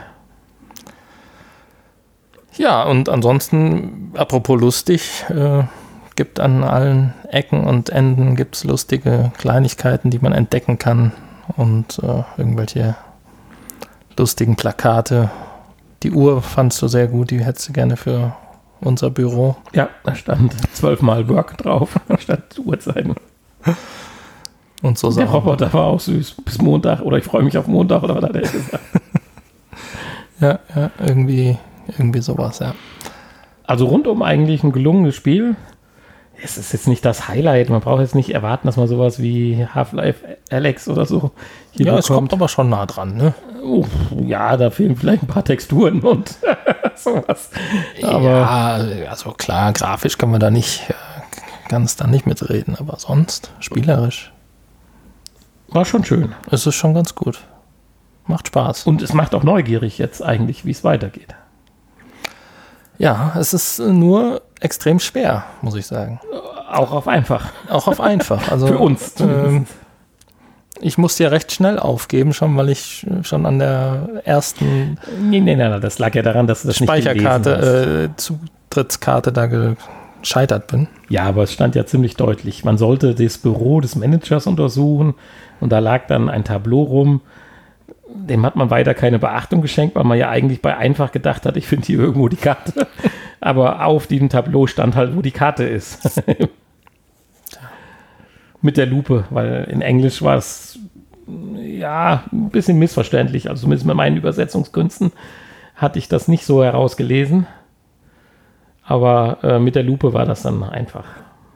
Ja, und ansonsten, apropos lustig, gibt an allen Ecken und Enden gibt's lustige Kleinigkeiten, die man entdecken kann und irgendwelche lustigen Plakate. Die Uhr fandst du sehr gut, die hättest du gerne für unser Büro. Ja, da stand 12-mal Work drauf, statt Uhrzeiten. Und so Der Roboter war auch süß. Bis Montag, oder ich freue mich auf Montag, oder was hat er gesagt? Ja, irgendwie sowas, ja. Also rundum eigentlich ein gelungenes Spiel. Es ist jetzt nicht das Highlight. Man braucht jetzt nicht erwarten, dass man sowas wie Half-Life Alyx oder so hier bekommt. Es kommt aber schon nah dran, ne? Ja, da fehlen vielleicht ein paar Texturen und sowas. Aber ja, also klar, grafisch kann man da nicht mitreden, aber sonst spielerisch. War schon schön. Es ist schon ganz gut. Macht Spaß. Und es macht auch neugierig jetzt eigentlich, wie es weitergeht. Ja, es ist nur extrem schwer, muss ich sagen. Auch auf einfach. Auch auf einfach. Also, für uns zumindest. Ich musste ja recht schnell aufgeben, schon, weil ich schon an der ersten Nein, das lag ja daran, dass du das Speicherkarte, Zutrittskarte da gescheitert bin. Ja, aber es stand ja ziemlich deutlich. Man sollte das Büro des Managers untersuchen und da lag dann ein Tableau rum. Dem hat man weiter keine Beachtung geschenkt, weil man ja eigentlich bei einfach gedacht hat, ich finde hier irgendwo die Karte. Aber auf diesem Tableau stand halt, wo die Karte ist. Mit der Lupe, weil in Englisch war es ja ein bisschen missverständlich. Also zumindest mit meinen Übersetzungskünsten hatte ich das nicht so herausgelesen. Aber mit der Lupe war das dann einfach.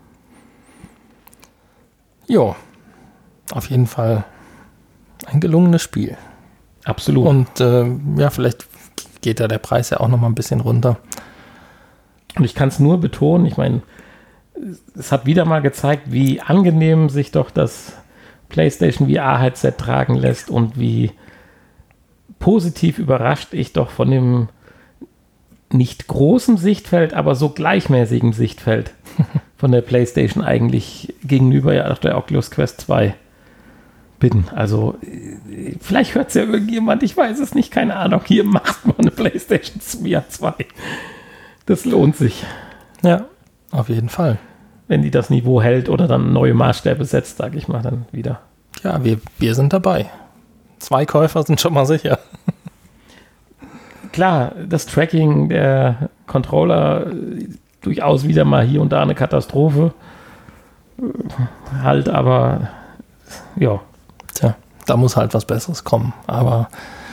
Jo, auf jeden Fall ein gelungenes Spiel. Absolut. Und ja, vielleicht geht da der Preis ja auch noch mal ein bisschen runter. Und ich kann es nur betonen, ich meine, es hat wieder mal gezeigt, wie angenehm sich doch das PlayStation VR-Headset tragen lässt und wie positiv überrascht ich doch von dem nicht großen Sichtfeld, aber so gleichmäßigen Sichtfeld von der PlayStation eigentlich gegenüber ja auch der Oculus Quest 2 bin. Also vielleicht hört es ja irgendjemand, ich weiß es nicht, keine Ahnung. Hier macht man eine PlayStation VR 2. Das lohnt sich. Ja, auf jeden Fall. Wenn die das Niveau hält oder dann neue Maßstäbe setzt, sage ich mal dann wieder. Ja, wir sind dabei. 2 Käufer sind schon mal sicher. Klar, das Tracking der Controller durchaus wieder mal hier und da eine Katastrophe. Halt, aber ja. Tja, da muss halt was Besseres kommen. Aber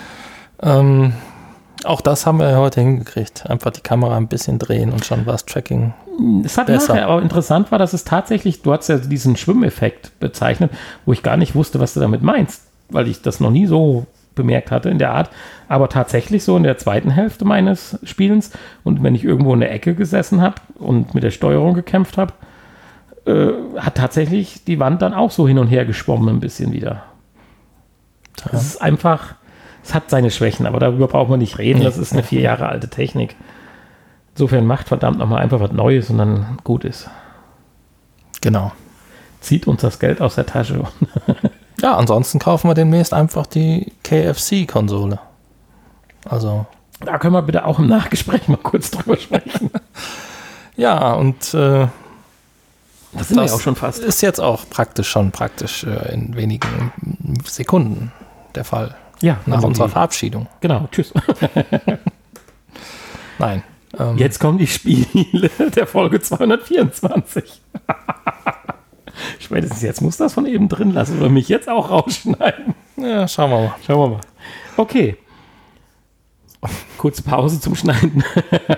auch das haben wir ja heute hingekriegt. Einfach die Kamera ein bisschen drehen und schon war das Tracking es hat besser. Nachher, aber interessant war, dass es tatsächlich, du hast ja diesen Schwimmeffekt bezeichnet, wo ich gar nicht wusste, was du damit meinst, weil ich das noch nie so bemerkt hatte in der Art, aber tatsächlich so in der zweiten Hälfte meines Spielens und wenn ich irgendwo in der Ecke gesessen habe und mit der Steuerung gekämpft habe, hat tatsächlich die Wand dann auch so hin und her geschwommen ein bisschen wieder. Ja. Das ist einfach, es hat seine Schwächen, aber darüber braucht man nicht reden, das ist eine 4 Jahre alte Technik. Insofern macht verdammt nochmal einfach was Neues und dann gut ist. Genau. Zieht uns das Geld aus der Tasche. Ja, ansonsten kaufen wir demnächst einfach die KFC-Konsole. Also. Da können wir bitte auch im Nachgespräch mal kurz drüber sprechen. Ja, und das sind wir auch schon fast. Ist jetzt auch praktisch in wenigen Sekunden der Fall. Ja. Nach unserer Verabschiedung. Genau, tschüss. Nein. Jetzt kommen die Spiele der Folge 224. Spätestens jetzt muss das von eben drin lassen oder mich jetzt auch rausschneiden. Ja, schauen wir mal. Okay. Kurze Pause zum Schneiden.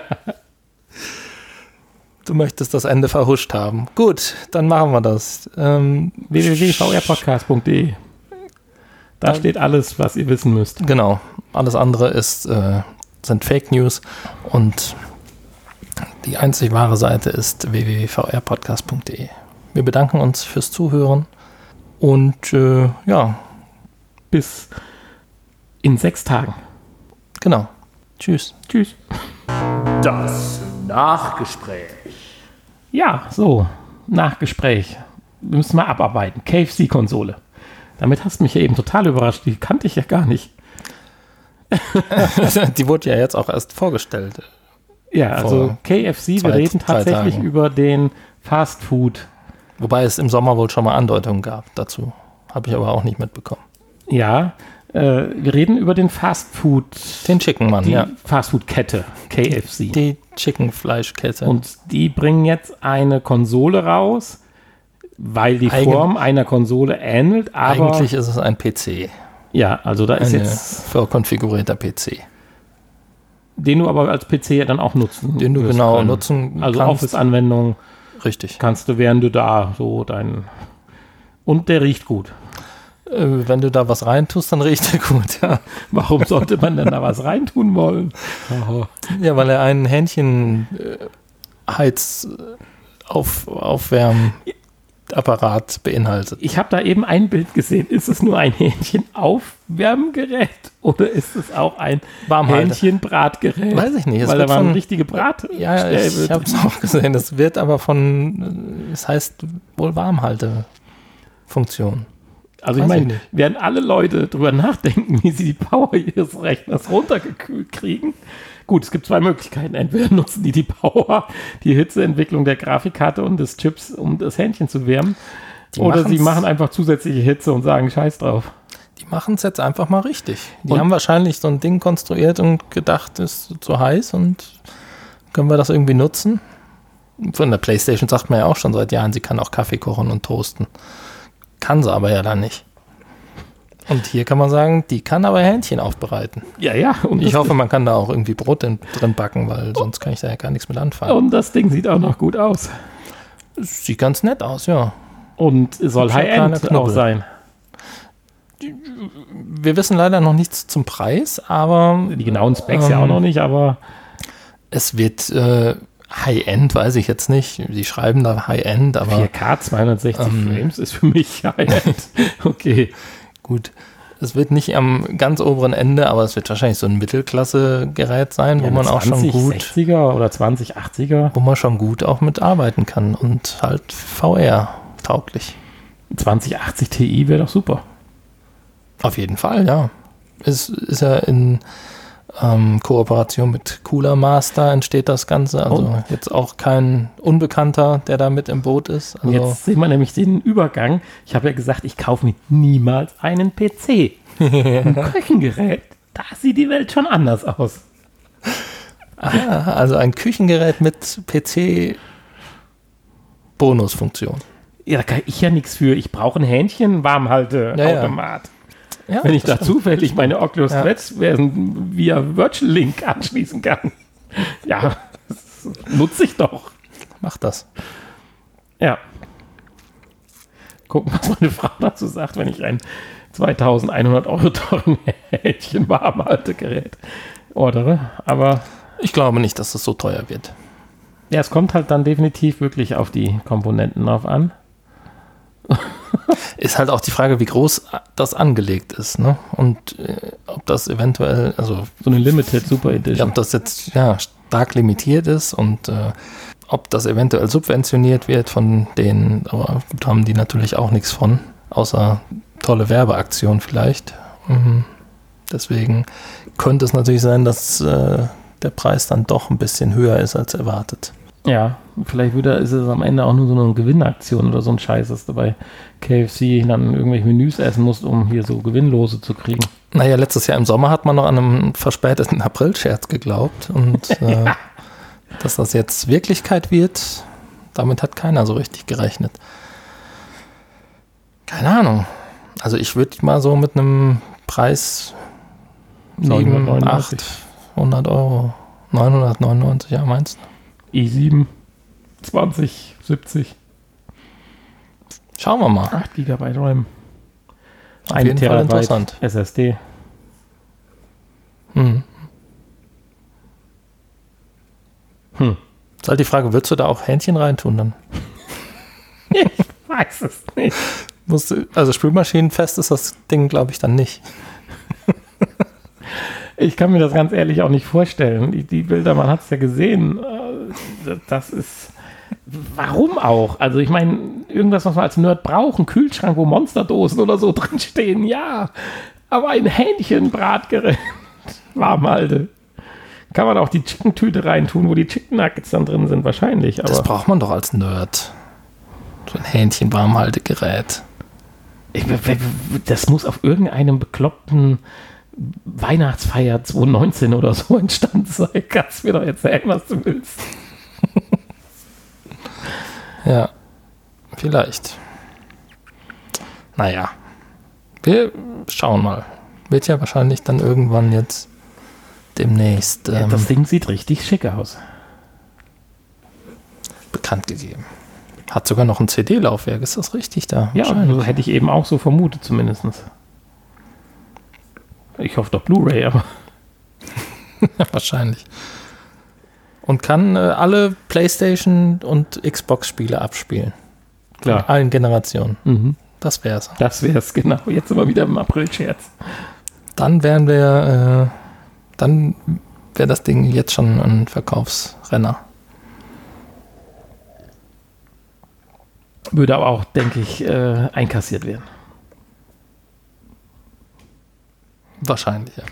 Du möchtest das Ende verhuscht haben. Gut, dann machen wir das. www.vrpodcast.de. Da steht alles, was ihr wissen müsst. Genau. Alles andere sind Fake News und die einzig wahre Seite ist www.vrpodcast.de. Wir bedanken uns fürs Zuhören und ja. Bis in 6 Tagen. Genau. Tschüss. Tschüss. Das Nachgespräch. Ja, so. Nachgespräch. Wir müssen mal abarbeiten. KFC-Konsole. Damit hast du mich ja eben total überrascht. Die kannte ich ja gar nicht. Die wurde ja jetzt auch erst vorgestellt. Ja, also KFC, wir reden tatsächlich über den Fast Food. Wobei es im Sommer wohl schon mal Andeutungen gab dazu. Habe ich aber auch nicht mitbekommen. Ja, wir reden über den Fast Food. Den Chicken Mann, ja. Fast Food Kette, KFC. Die Chicken Fleischkette. Und die bringen jetzt eine Konsole raus, weil die Form einer Konsole ähnelt, aber... Eigentlich ist es ein PC. Ja, also da ist ein jetzt... vorkonfigurierter PC. Den du aber als PC ja dann auch nutzen Den du wirst genau können. nutzen Also kannst. Office-Anwendung Richtig. kannst du, während du da so und der riecht gut. Wenn du da was reintust, dann riecht er gut, ja. Warum sollte man denn da was reintun wollen? Ja, weil er einen Aufwärmapparat beinhaltet. Ich habe da eben ein Bild gesehen. Ist es nur ein Hähnchenaufwärmgerät oder ist es auch ein Warmhalter. Hähnchenbratgerät? Weiß ich nicht. Es Weil wird da waren von- richtige Ja, ich habe es auch gesehen. Das wird aber es heißt wohl Warmhaltefunktion. Also ich Weiß ich meine, nicht. werden alle Leute drüber nachdenken, wie sie die Power ihres Rechners runtergekühlt kriegen. Gut, es gibt zwei Möglichkeiten. Entweder nutzen die Power, die Hitzeentwicklung der Grafikkarte und des Chips, um das Hähnchen zu wärmen. Die Oder sie machen's- machen einfach zusätzliche Hitze und sagen Scheiß drauf. Die machen es jetzt einfach mal richtig. Die Und- haben wahrscheinlich so ein Ding konstruiert und gedacht, es ist zu heiß und können wir das irgendwie nutzen. Von der PlayStation sagt man ja auch schon seit Jahren, sie kann auch Kaffee kochen und toasten. Kann sie aber ja dann nicht. Und hier kann man sagen, die kann aber Hähnchen aufbereiten. Ja, ja. Und Ich hoffe, man kann da auch irgendwie Brot drin backen, weil sonst kann ich da ja gar nichts mit anfangen. und das Ding sieht auch noch gut aus. Sieht ganz nett aus, ja. Und soll Hübscher kleiner High-End Knubbel. auch sein. Wir wissen leider noch nichts zum Preis, aber Die genauen Specs ja auch noch nicht, aber es wird High-End, weiß ich jetzt nicht. Sie schreiben da High-End, aber 4K 260 Frames ist für mich High-End. Okay. gut. Es wird nicht am ganz oberen Ende, aber es wird wahrscheinlich so ein Mittelklasse-Gerät sein, wo man auch schon gut, 2060er oder 2080er. wo man schon gut auch mitarbeiten kann und halt VR-tauglich. 2080 Ti wäre doch super. Auf jeden Fall, ja. Es ist ja in Kooperation mit Cooler Master entsteht das Ganze. Also jetzt auch kein Unbekannter, der da mit im Boot ist. Also Jetzt sehen wir nämlich den Übergang. Ich habe ja gesagt, ich kaufe mir niemals einen PC. Ein Küchengerät, da sieht die Welt schon anders aus. also ein Küchengerät mit PC-Bonusfunktion. Ja, da kann ich ja nichts für. Ich brauche ein Hähnchen-Warmhalte-Automat. Ja, Wenn ich das da stimmt. zufällig meine Oculus Ja. Quest via Virtual Link anschließen kann. Ja, das nutze ich doch. Mach das. Ja. Gucken, was meine Frau dazu sagt, wenn ich ein 2100 € teuren Hähnchen-Warmhaltegerät ordere. Aber Ich glaube nicht, dass es so teuer wird. ja, es kommt halt dann definitiv wirklich auf die Komponenten drauf an. Ist halt auch die Frage, wie groß das angelegt ist, ne? Und ob das eventuell, also So eine Limited Super ja, Edition. ob das jetzt stark limitiert ist und ob das eventuell subventioniert wird von denen, aber gut, haben die natürlich auch nichts von, außer tolle Werbeaktion vielleicht. Deswegen könnte es natürlich sein, dass der Preis dann doch ein bisschen höher ist als erwartet. Ja, vielleicht ist es am Ende auch nur so eine Gewinnaktion oder so ein Scheiß, dass du bei KFC dann irgendwelche Menüs essen musst, um hier so Gewinnlose zu kriegen. Naja, letztes Jahr im Sommer hat man noch an einen verspäteten April-Scherz geglaubt und dass das jetzt Wirklichkeit wird, damit hat keiner so richtig gerechnet. Keine Ahnung. Also ich würde mal so mit einem Preis 7, 999. 800 €, 999, ja, meinst du? i7 2070, Schauen wir mal. 8 GB RAM, Auf 1 jeden Fall Terabyte interessant. SSD. Ist halt die Frage, würdest du da auch Hähnchen reintun dann? Ich weiß es nicht. Also spülmaschinenfest ist das Ding, glaube ich, dann nicht. Ich kann mir das ganz ehrlich auch nicht vorstellen. Die Bilder, man hat es ja gesehen. Das ist... Warum auch? Also ich meine, irgendwas, was man als Nerd braucht, ein Kühlschrank, wo Monsterdosen oder so drinstehen, ja. Aber ein Hähnchenbratgerät, Warmhalte. Kann man auch die Chicken-Tüte reintun, wo die Chicken Nuggets dann drin sind, wahrscheinlich. Das Aber braucht man doch als Nerd. So ein Hähnchen-Warmhaltegerät. das muss auf irgendeinem bekloppten Weihnachtsfeier 2019 oder so entstanden sein. Kannst mir doch erzählen, was du willst. Ja, vielleicht. Naja, wir schauen mal. Wird ja wahrscheinlich dann irgendwann jetzt demnächst das Ding sieht richtig schick aus. bekannt gegeben. Hat sogar noch ein CD-Laufwerk, ist das richtig da? Ja, also hätte ich eben auch so vermutet zumindest. Ich hoffe doch Blu-ray, aber... Ja, wahrscheinlich. Und kann alle PlayStation- und Xbox-Spiele abspielen. Klar. In allen Generationen. Mhm. Das wär's. Das wäre es, genau. Jetzt sind wir wieder im April-Scherz. Dann wären wir, dann wäre das Ding jetzt schon ein Verkaufsrenner. Würde aber auch, denke ich, einkassiert werden. Wahrscheinlich, ja.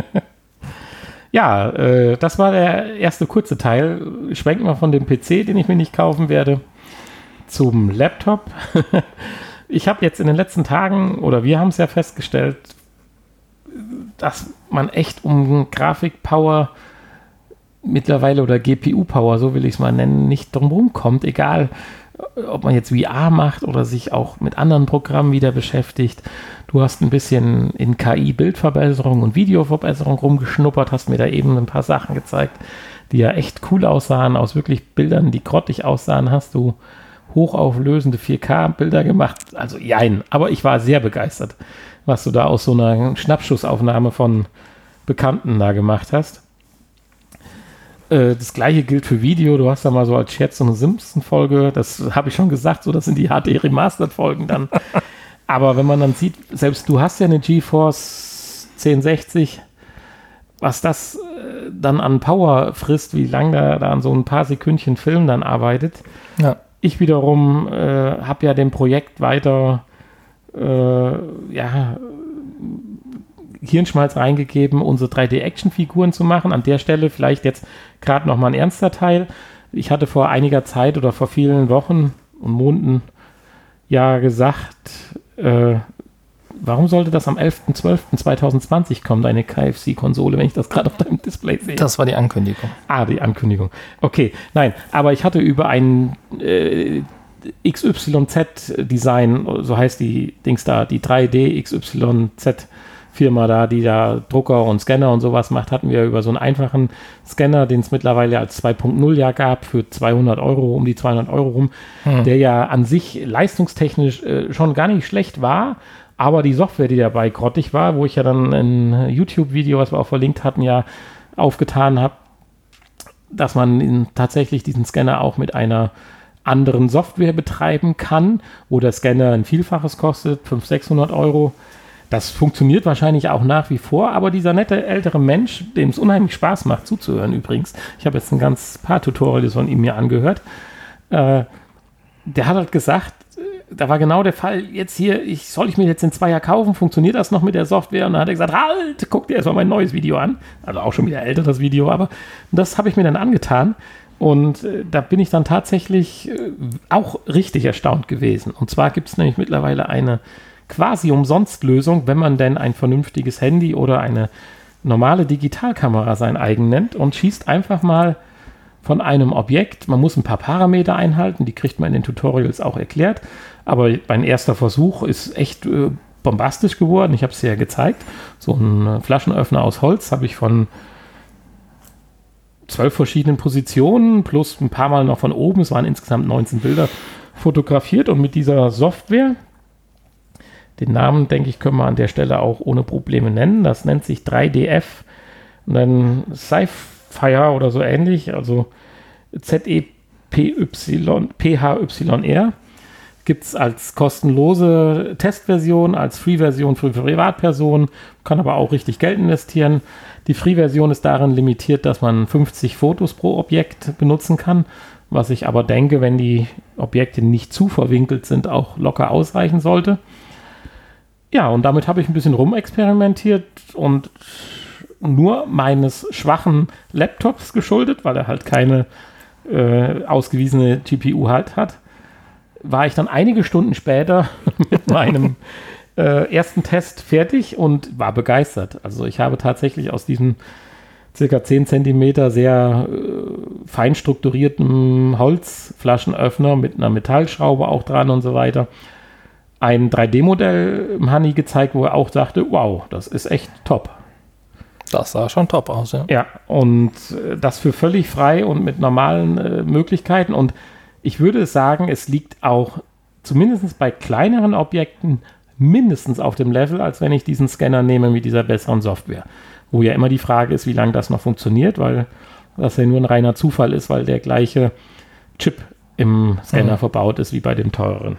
Ja, das war der erste kurze Teil. Schwenken wir von dem PC, den ich mir nicht kaufen werde, zum Laptop. Ich habe jetzt in den letzten Tagen, oder wir haben es ja festgestellt, dass man echt um Grafikpower mittlerweile oder GPU-Power, so will ich es mal nennen, nicht drum kommt. Egal, ob man jetzt VR macht oder sich auch mit anderen Programmen wieder beschäftigt. Du hast ein bisschen in KI-Bildverbesserung und Videoverbesserung rumgeschnuppert, hast mir da eben ein paar Sachen gezeigt, die ja echt cool aussahen, aus wirklich Bildern, die grottig aussahen, hast du hochauflösende 4K-Bilder gemacht. Also jein, aber ich war sehr begeistert, was du da aus so einer Schnappschussaufnahme von Bekannten da gemacht hast. Das gleiche gilt für Video. Du hast da mal so als Scherz so eine Simpson-Folge, das habe ich schon gesagt, so das sind die HD-Remastered-Folgen dann. Aber wenn man dann sieht, selbst du hast ja eine GeForce 1060, was das dann an Power frisst, wie lange da an so ein paar Sekündchen Film dann arbeitet. Ja. Ich wiederum habe ja dem Projekt weiter Hirnschmalz reingegeben, unsere 3D-Action-Figuren zu machen. An der Stelle vielleicht jetzt gerade nochmal ein ernster Teil. Ich hatte vor einiger Zeit oder vor vielen Wochen und Monaten ja gesagt, warum sollte das am 11.12.2020 kommen, deine KFC-Konsole, wenn ich das gerade auf deinem Display sehe? Das war die Ankündigung. Ah, die Ankündigung. Okay, nein, aber ich hatte über ein XYZ-Design, so heißt die Dings da, die 3D XYZ-Firma da, die da Drucker und Scanner und sowas macht, hatten wir über so einen einfachen Scanner, den es mittlerweile als 2.0 ja gab, für 200 Euro, um die 200 Euro rum, der ja an sich leistungstechnisch schon gar nicht schlecht war, aber die Software, die dabei grottig war, wo ich ja dann ein YouTube-Video, was wir auch verlinkt hatten, ja aufgetan habe, dass man tatsächlich diesen Scanner auch mit einer anderen Software betreiben kann, wo der Scanner ein Vielfaches kostet, 500-600 Euro. Das funktioniert wahrscheinlich auch nach wie vor, aber dieser nette ältere Mensch, dem es unheimlich Spaß macht zuzuhören übrigens, ich habe jetzt ein ganz paar Tutorials von ihm mir angehört, der hat halt gesagt, da war genau der Fall, jetzt hier, soll ich mir jetzt den Zweier kaufen, funktioniert das noch mit der Software? Und dann hat er gesagt, halt, guck dir erstmal mein neues Video an. Also auch schon wieder älter, das Video, aber das habe ich mir dann angetan. Und da bin ich dann tatsächlich auch richtig erstaunt gewesen. Und zwar gibt es nämlich mittlerweile eine quasi Umsonst-Lösung, wenn man denn ein vernünftiges Handy oder eine normale Digitalkamera sein eigen nennt und schießt einfach mal von einem Objekt. Man muss ein paar Parameter einhalten, die kriegt man in den Tutorials auch erklärt. Aber mein erster Versuch ist echt bombastisch geworden. Ich habe es ja gezeigt. So ein Flaschenöffner aus Holz habe ich von 12 verschiedenen Positionen plus ein paar Mal noch von oben, es waren insgesamt 19 Bilder, fotografiert und mit dieser Software, den Namen, denke ich, können wir an der Stelle auch ohne Probleme nennen, das nennt sich 3DF und dann Sci-Fi oder so ähnlich, also ZEPHYR, gibt es als kostenlose Testversion, als Free-Version für Privatpersonen, kann aber auch richtig Geld investieren. Die Free-Version ist darin limitiert, dass man 50 Fotos pro Objekt benutzen kann, was ich aber denke, wenn die Objekte nicht zu verwinkelt sind, auch locker ausreichen sollte. Ja, und damit habe ich ein bisschen rumexperimentiert und nur meines schwachen Laptops geschuldet, weil er halt keine ausgewiesene GPU halt hat, war ich dann einige Stunden später mit meinem ersten Test fertig und war begeistert. Also ich habe tatsächlich aus diesem circa 10 cm sehr fein strukturierten Holzflaschenöffner mit einer Metallschraube auch dran und so weiter ein 3D-Modell im Hani gezeigt, wo er auch sagte, wow, das ist echt top. Das sah schon top aus, ja. Ja, und das für völlig frei und mit normalen Möglichkeiten. Und ich würde sagen, es liegt auch zumindest bei kleineren Objekten mindestens auf dem Level, als wenn ich diesen Scanner nehme mit dieser besseren Software. Wo ja immer die Frage ist, wie lange das noch funktioniert, weil das ja nur ein reiner Zufall ist, weil der gleiche Chip im Scanner verbaut ist wie bei dem teureren.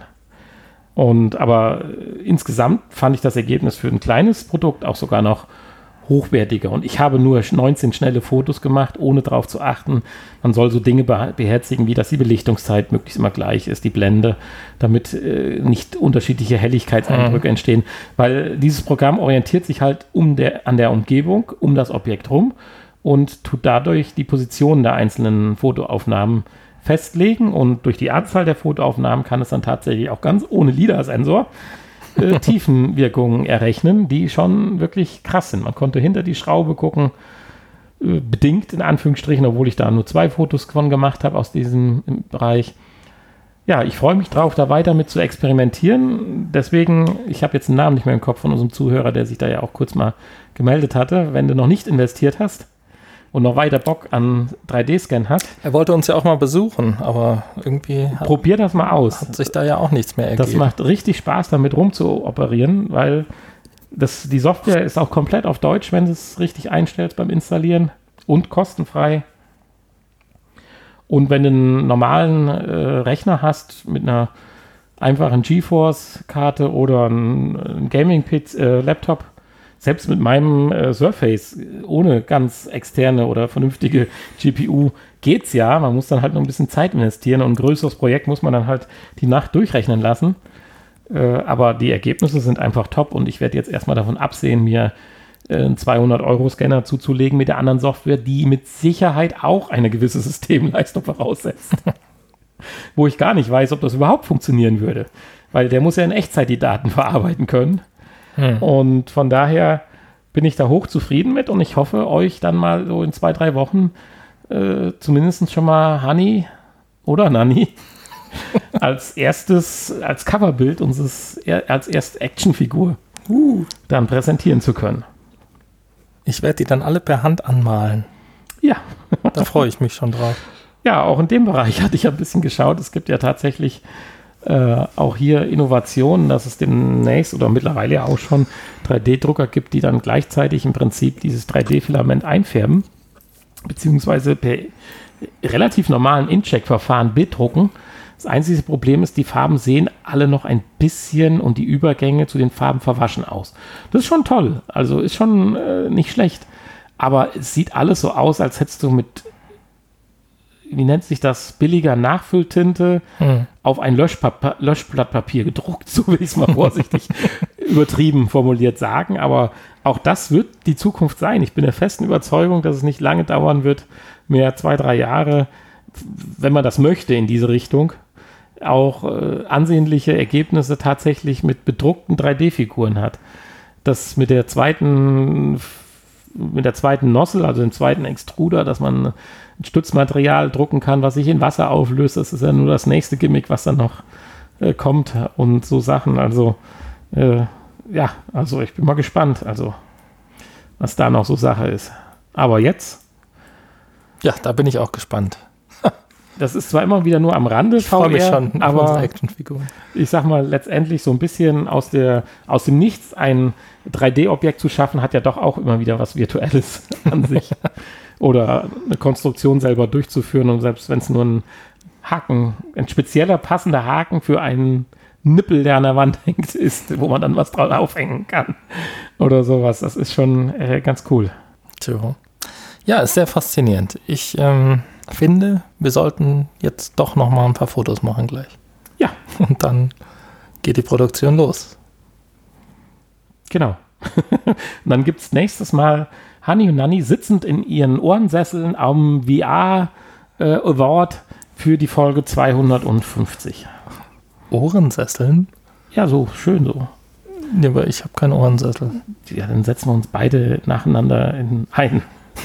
Aber insgesamt fand ich das Ergebnis für ein kleines Produkt auch sogar noch hochwertiger. Und ich habe nur 19 schnelle Fotos gemacht, ohne darauf zu achten. Man soll so Dinge beherzigen, wie dass die Belichtungszeit möglichst immer gleich ist, die Blende, damit nicht unterschiedliche Helligkeitseindrücke entstehen. Weil dieses Programm orientiert sich halt an der Umgebung, um das Objekt rum und tut dadurch die Position der einzelnen Fotoaufnahmen festlegen. Und durch die Anzahl der Fotoaufnahmen kann es dann tatsächlich auch ganz ohne LiDAR-Sensor Tiefenwirkungen errechnen, die schon wirklich krass sind. Man konnte hinter die Schraube gucken, bedingt in Anführungsstrichen, obwohl ich da nur 2 Fotos von gemacht habe aus diesem Bereich. Ja, ich freue mich drauf, da weiter mit zu experimentieren. Deswegen, ich habe jetzt einen Namen nicht mehr im Kopf von unserem Zuhörer, der sich da ja auch kurz mal gemeldet hatte. Wenn du noch nicht investiert hast und noch weiter Bock an 3D-Scan hast. Er wollte uns ja auch mal besuchen, aber irgendwie probier das mal aus. Hat sich da ja auch nichts mehr ergeben. Das macht richtig Spaß, damit rumzuoperieren, weil die Software ist auch komplett auf Deutsch, wenn du es richtig einstellst beim Installieren und kostenfrei. Und wenn du einen normalen Rechner hast mit einer einfachen GeForce-Karte oder einen Gaming-Laptop, selbst mit meinem Surface ohne ganz externe oder vernünftige GPU geht's ja. Man muss dann halt noch ein bisschen Zeit investieren und ein größeres Projekt muss man dann halt die Nacht durchrechnen lassen. Aber die Ergebnisse sind einfach top und ich werde jetzt erstmal davon absehen, mir einen 200-Euro-Scanner zuzulegen mit der anderen Software, die mit Sicherheit auch eine gewisse Systemleistung voraussetzt. Wo ich gar nicht weiß, ob das überhaupt funktionieren würde. Weil der muss ja in Echtzeit die Daten verarbeiten können. Und von daher bin ich da hoch zufrieden mit und ich hoffe, euch dann mal so in 2-3 Wochen zumindest schon mal Hani oder Nanni als Coverbild als erste Actionfigur dann präsentieren zu können. Ich werde die dann alle per Hand anmalen. Ja. Da freue ich mich schon drauf. Ja, auch in dem Bereich hatte ich ein bisschen geschaut. Es gibt ja tatsächlich auch hier Innovationen, dass es demnächst oder mittlerweile ja auch schon 3D-Drucker gibt, die dann gleichzeitig im Prinzip dieses 3D-Filament einfärben, beziehungsweise per relativ normalen Inkjet-Verfahren Bild drucken. Das einzige Problem ist, die Farben sehen alle noch ein bisschen und die Übergänge zu den Farben verwaschen aus. Das ist schon toll, also ist schon nicht schlecht, aber es sieht alles so aus, als hättest du mit, wie nennt sich das, billiger Nachfülltinte auf ein Löschblattpapier gedruckt, so will ich es mal vorsichtig übertrieben formuliert sagen, aber auch das wird die Zukunft sein. Ich bin der festen Überzeugung, dass es nicht lange dauern wird, mehr 2-3 Jahre, wenn man das möchte in diese Richtung, auch ansehnliche Ergebnisse tatsächlich mit bedruckten 3D-Figuren hat. Das mit der zweiten Nozzle, also dem zweiten Extruder, dass man ein Stützmaterial drucken kann, was sich in Wasser auflöst. Das ist ja nur das nächste Gimmick, was dann noch kommt und so Sachen. Also also ich bin mal gespannt, also was da noch so Sache ist. Aber jetzt? Ja, da bin ich auch gespannt. Das ist zwar immer wieder nur am Rande, ich freue mich schon aber auf unsere Actionfiguren. Ich sag mal, letztendlich so ein bisschen aus dem Nichts ein 3D-Objekt zu schaffen, hat ja doch auch immer wieder was Virtuelles an sich. Oder eine Konstruktion selber durchzuführen und selbst wenn es nur ein spezieller, passender Haken für einen Nippel, der an der Wand hängt, ist, wo man dann was drauf aufhängen kann. Oder sowas. Das ist schon ganz cool. Tja. Ja, ist sehr faszinierend. Ich finde, wir sollten jetzt doch noch mal ein paar Fotos machen gleich. Ja. Und dann geht die Produktion los. Genau. Und dann gibt es nächstes Mal Hani und Nanni sitzend in ihren Ohrensesseln am VR Award für die Folge 250. Ohrensesseln? Ja, so schön so. Ja, aber ich habe keinen Ohrensessel. Ja, dann setzen wir uns beide nacheinander ein.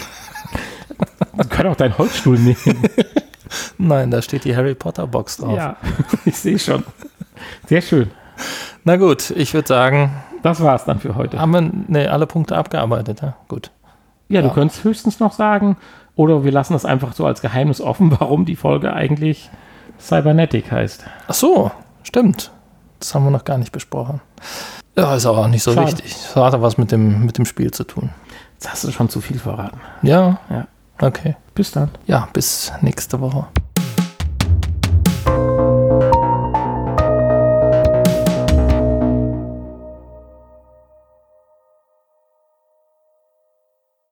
Du kannst auch deinen Holzstuhl nehmen. Nein, da steht die Harry Potter Box drauf. Ja, ich sehe schon. Sehr schön. Na gut, ich würde sagen... Das war's dann für heute. Haben wir alle Punkte abgearbeitet, ja? Gut. Ja, du könntest höchstens noch sagen, oder wir lassen das einfach so als Geheimnis offen, warum die Folge eigentlich Cybernetic heißt. Ach so, stimmt. Das haben wir noch gar nicht besprochen. Ja, ist auch nicht so Schade. wichtig. Das hat auch was mit dem Spiel zu tun. Jetzt hast du schon zu viel verraten. Ja? Ja. Okay. Bis dann. Ja, bis nächste Woche.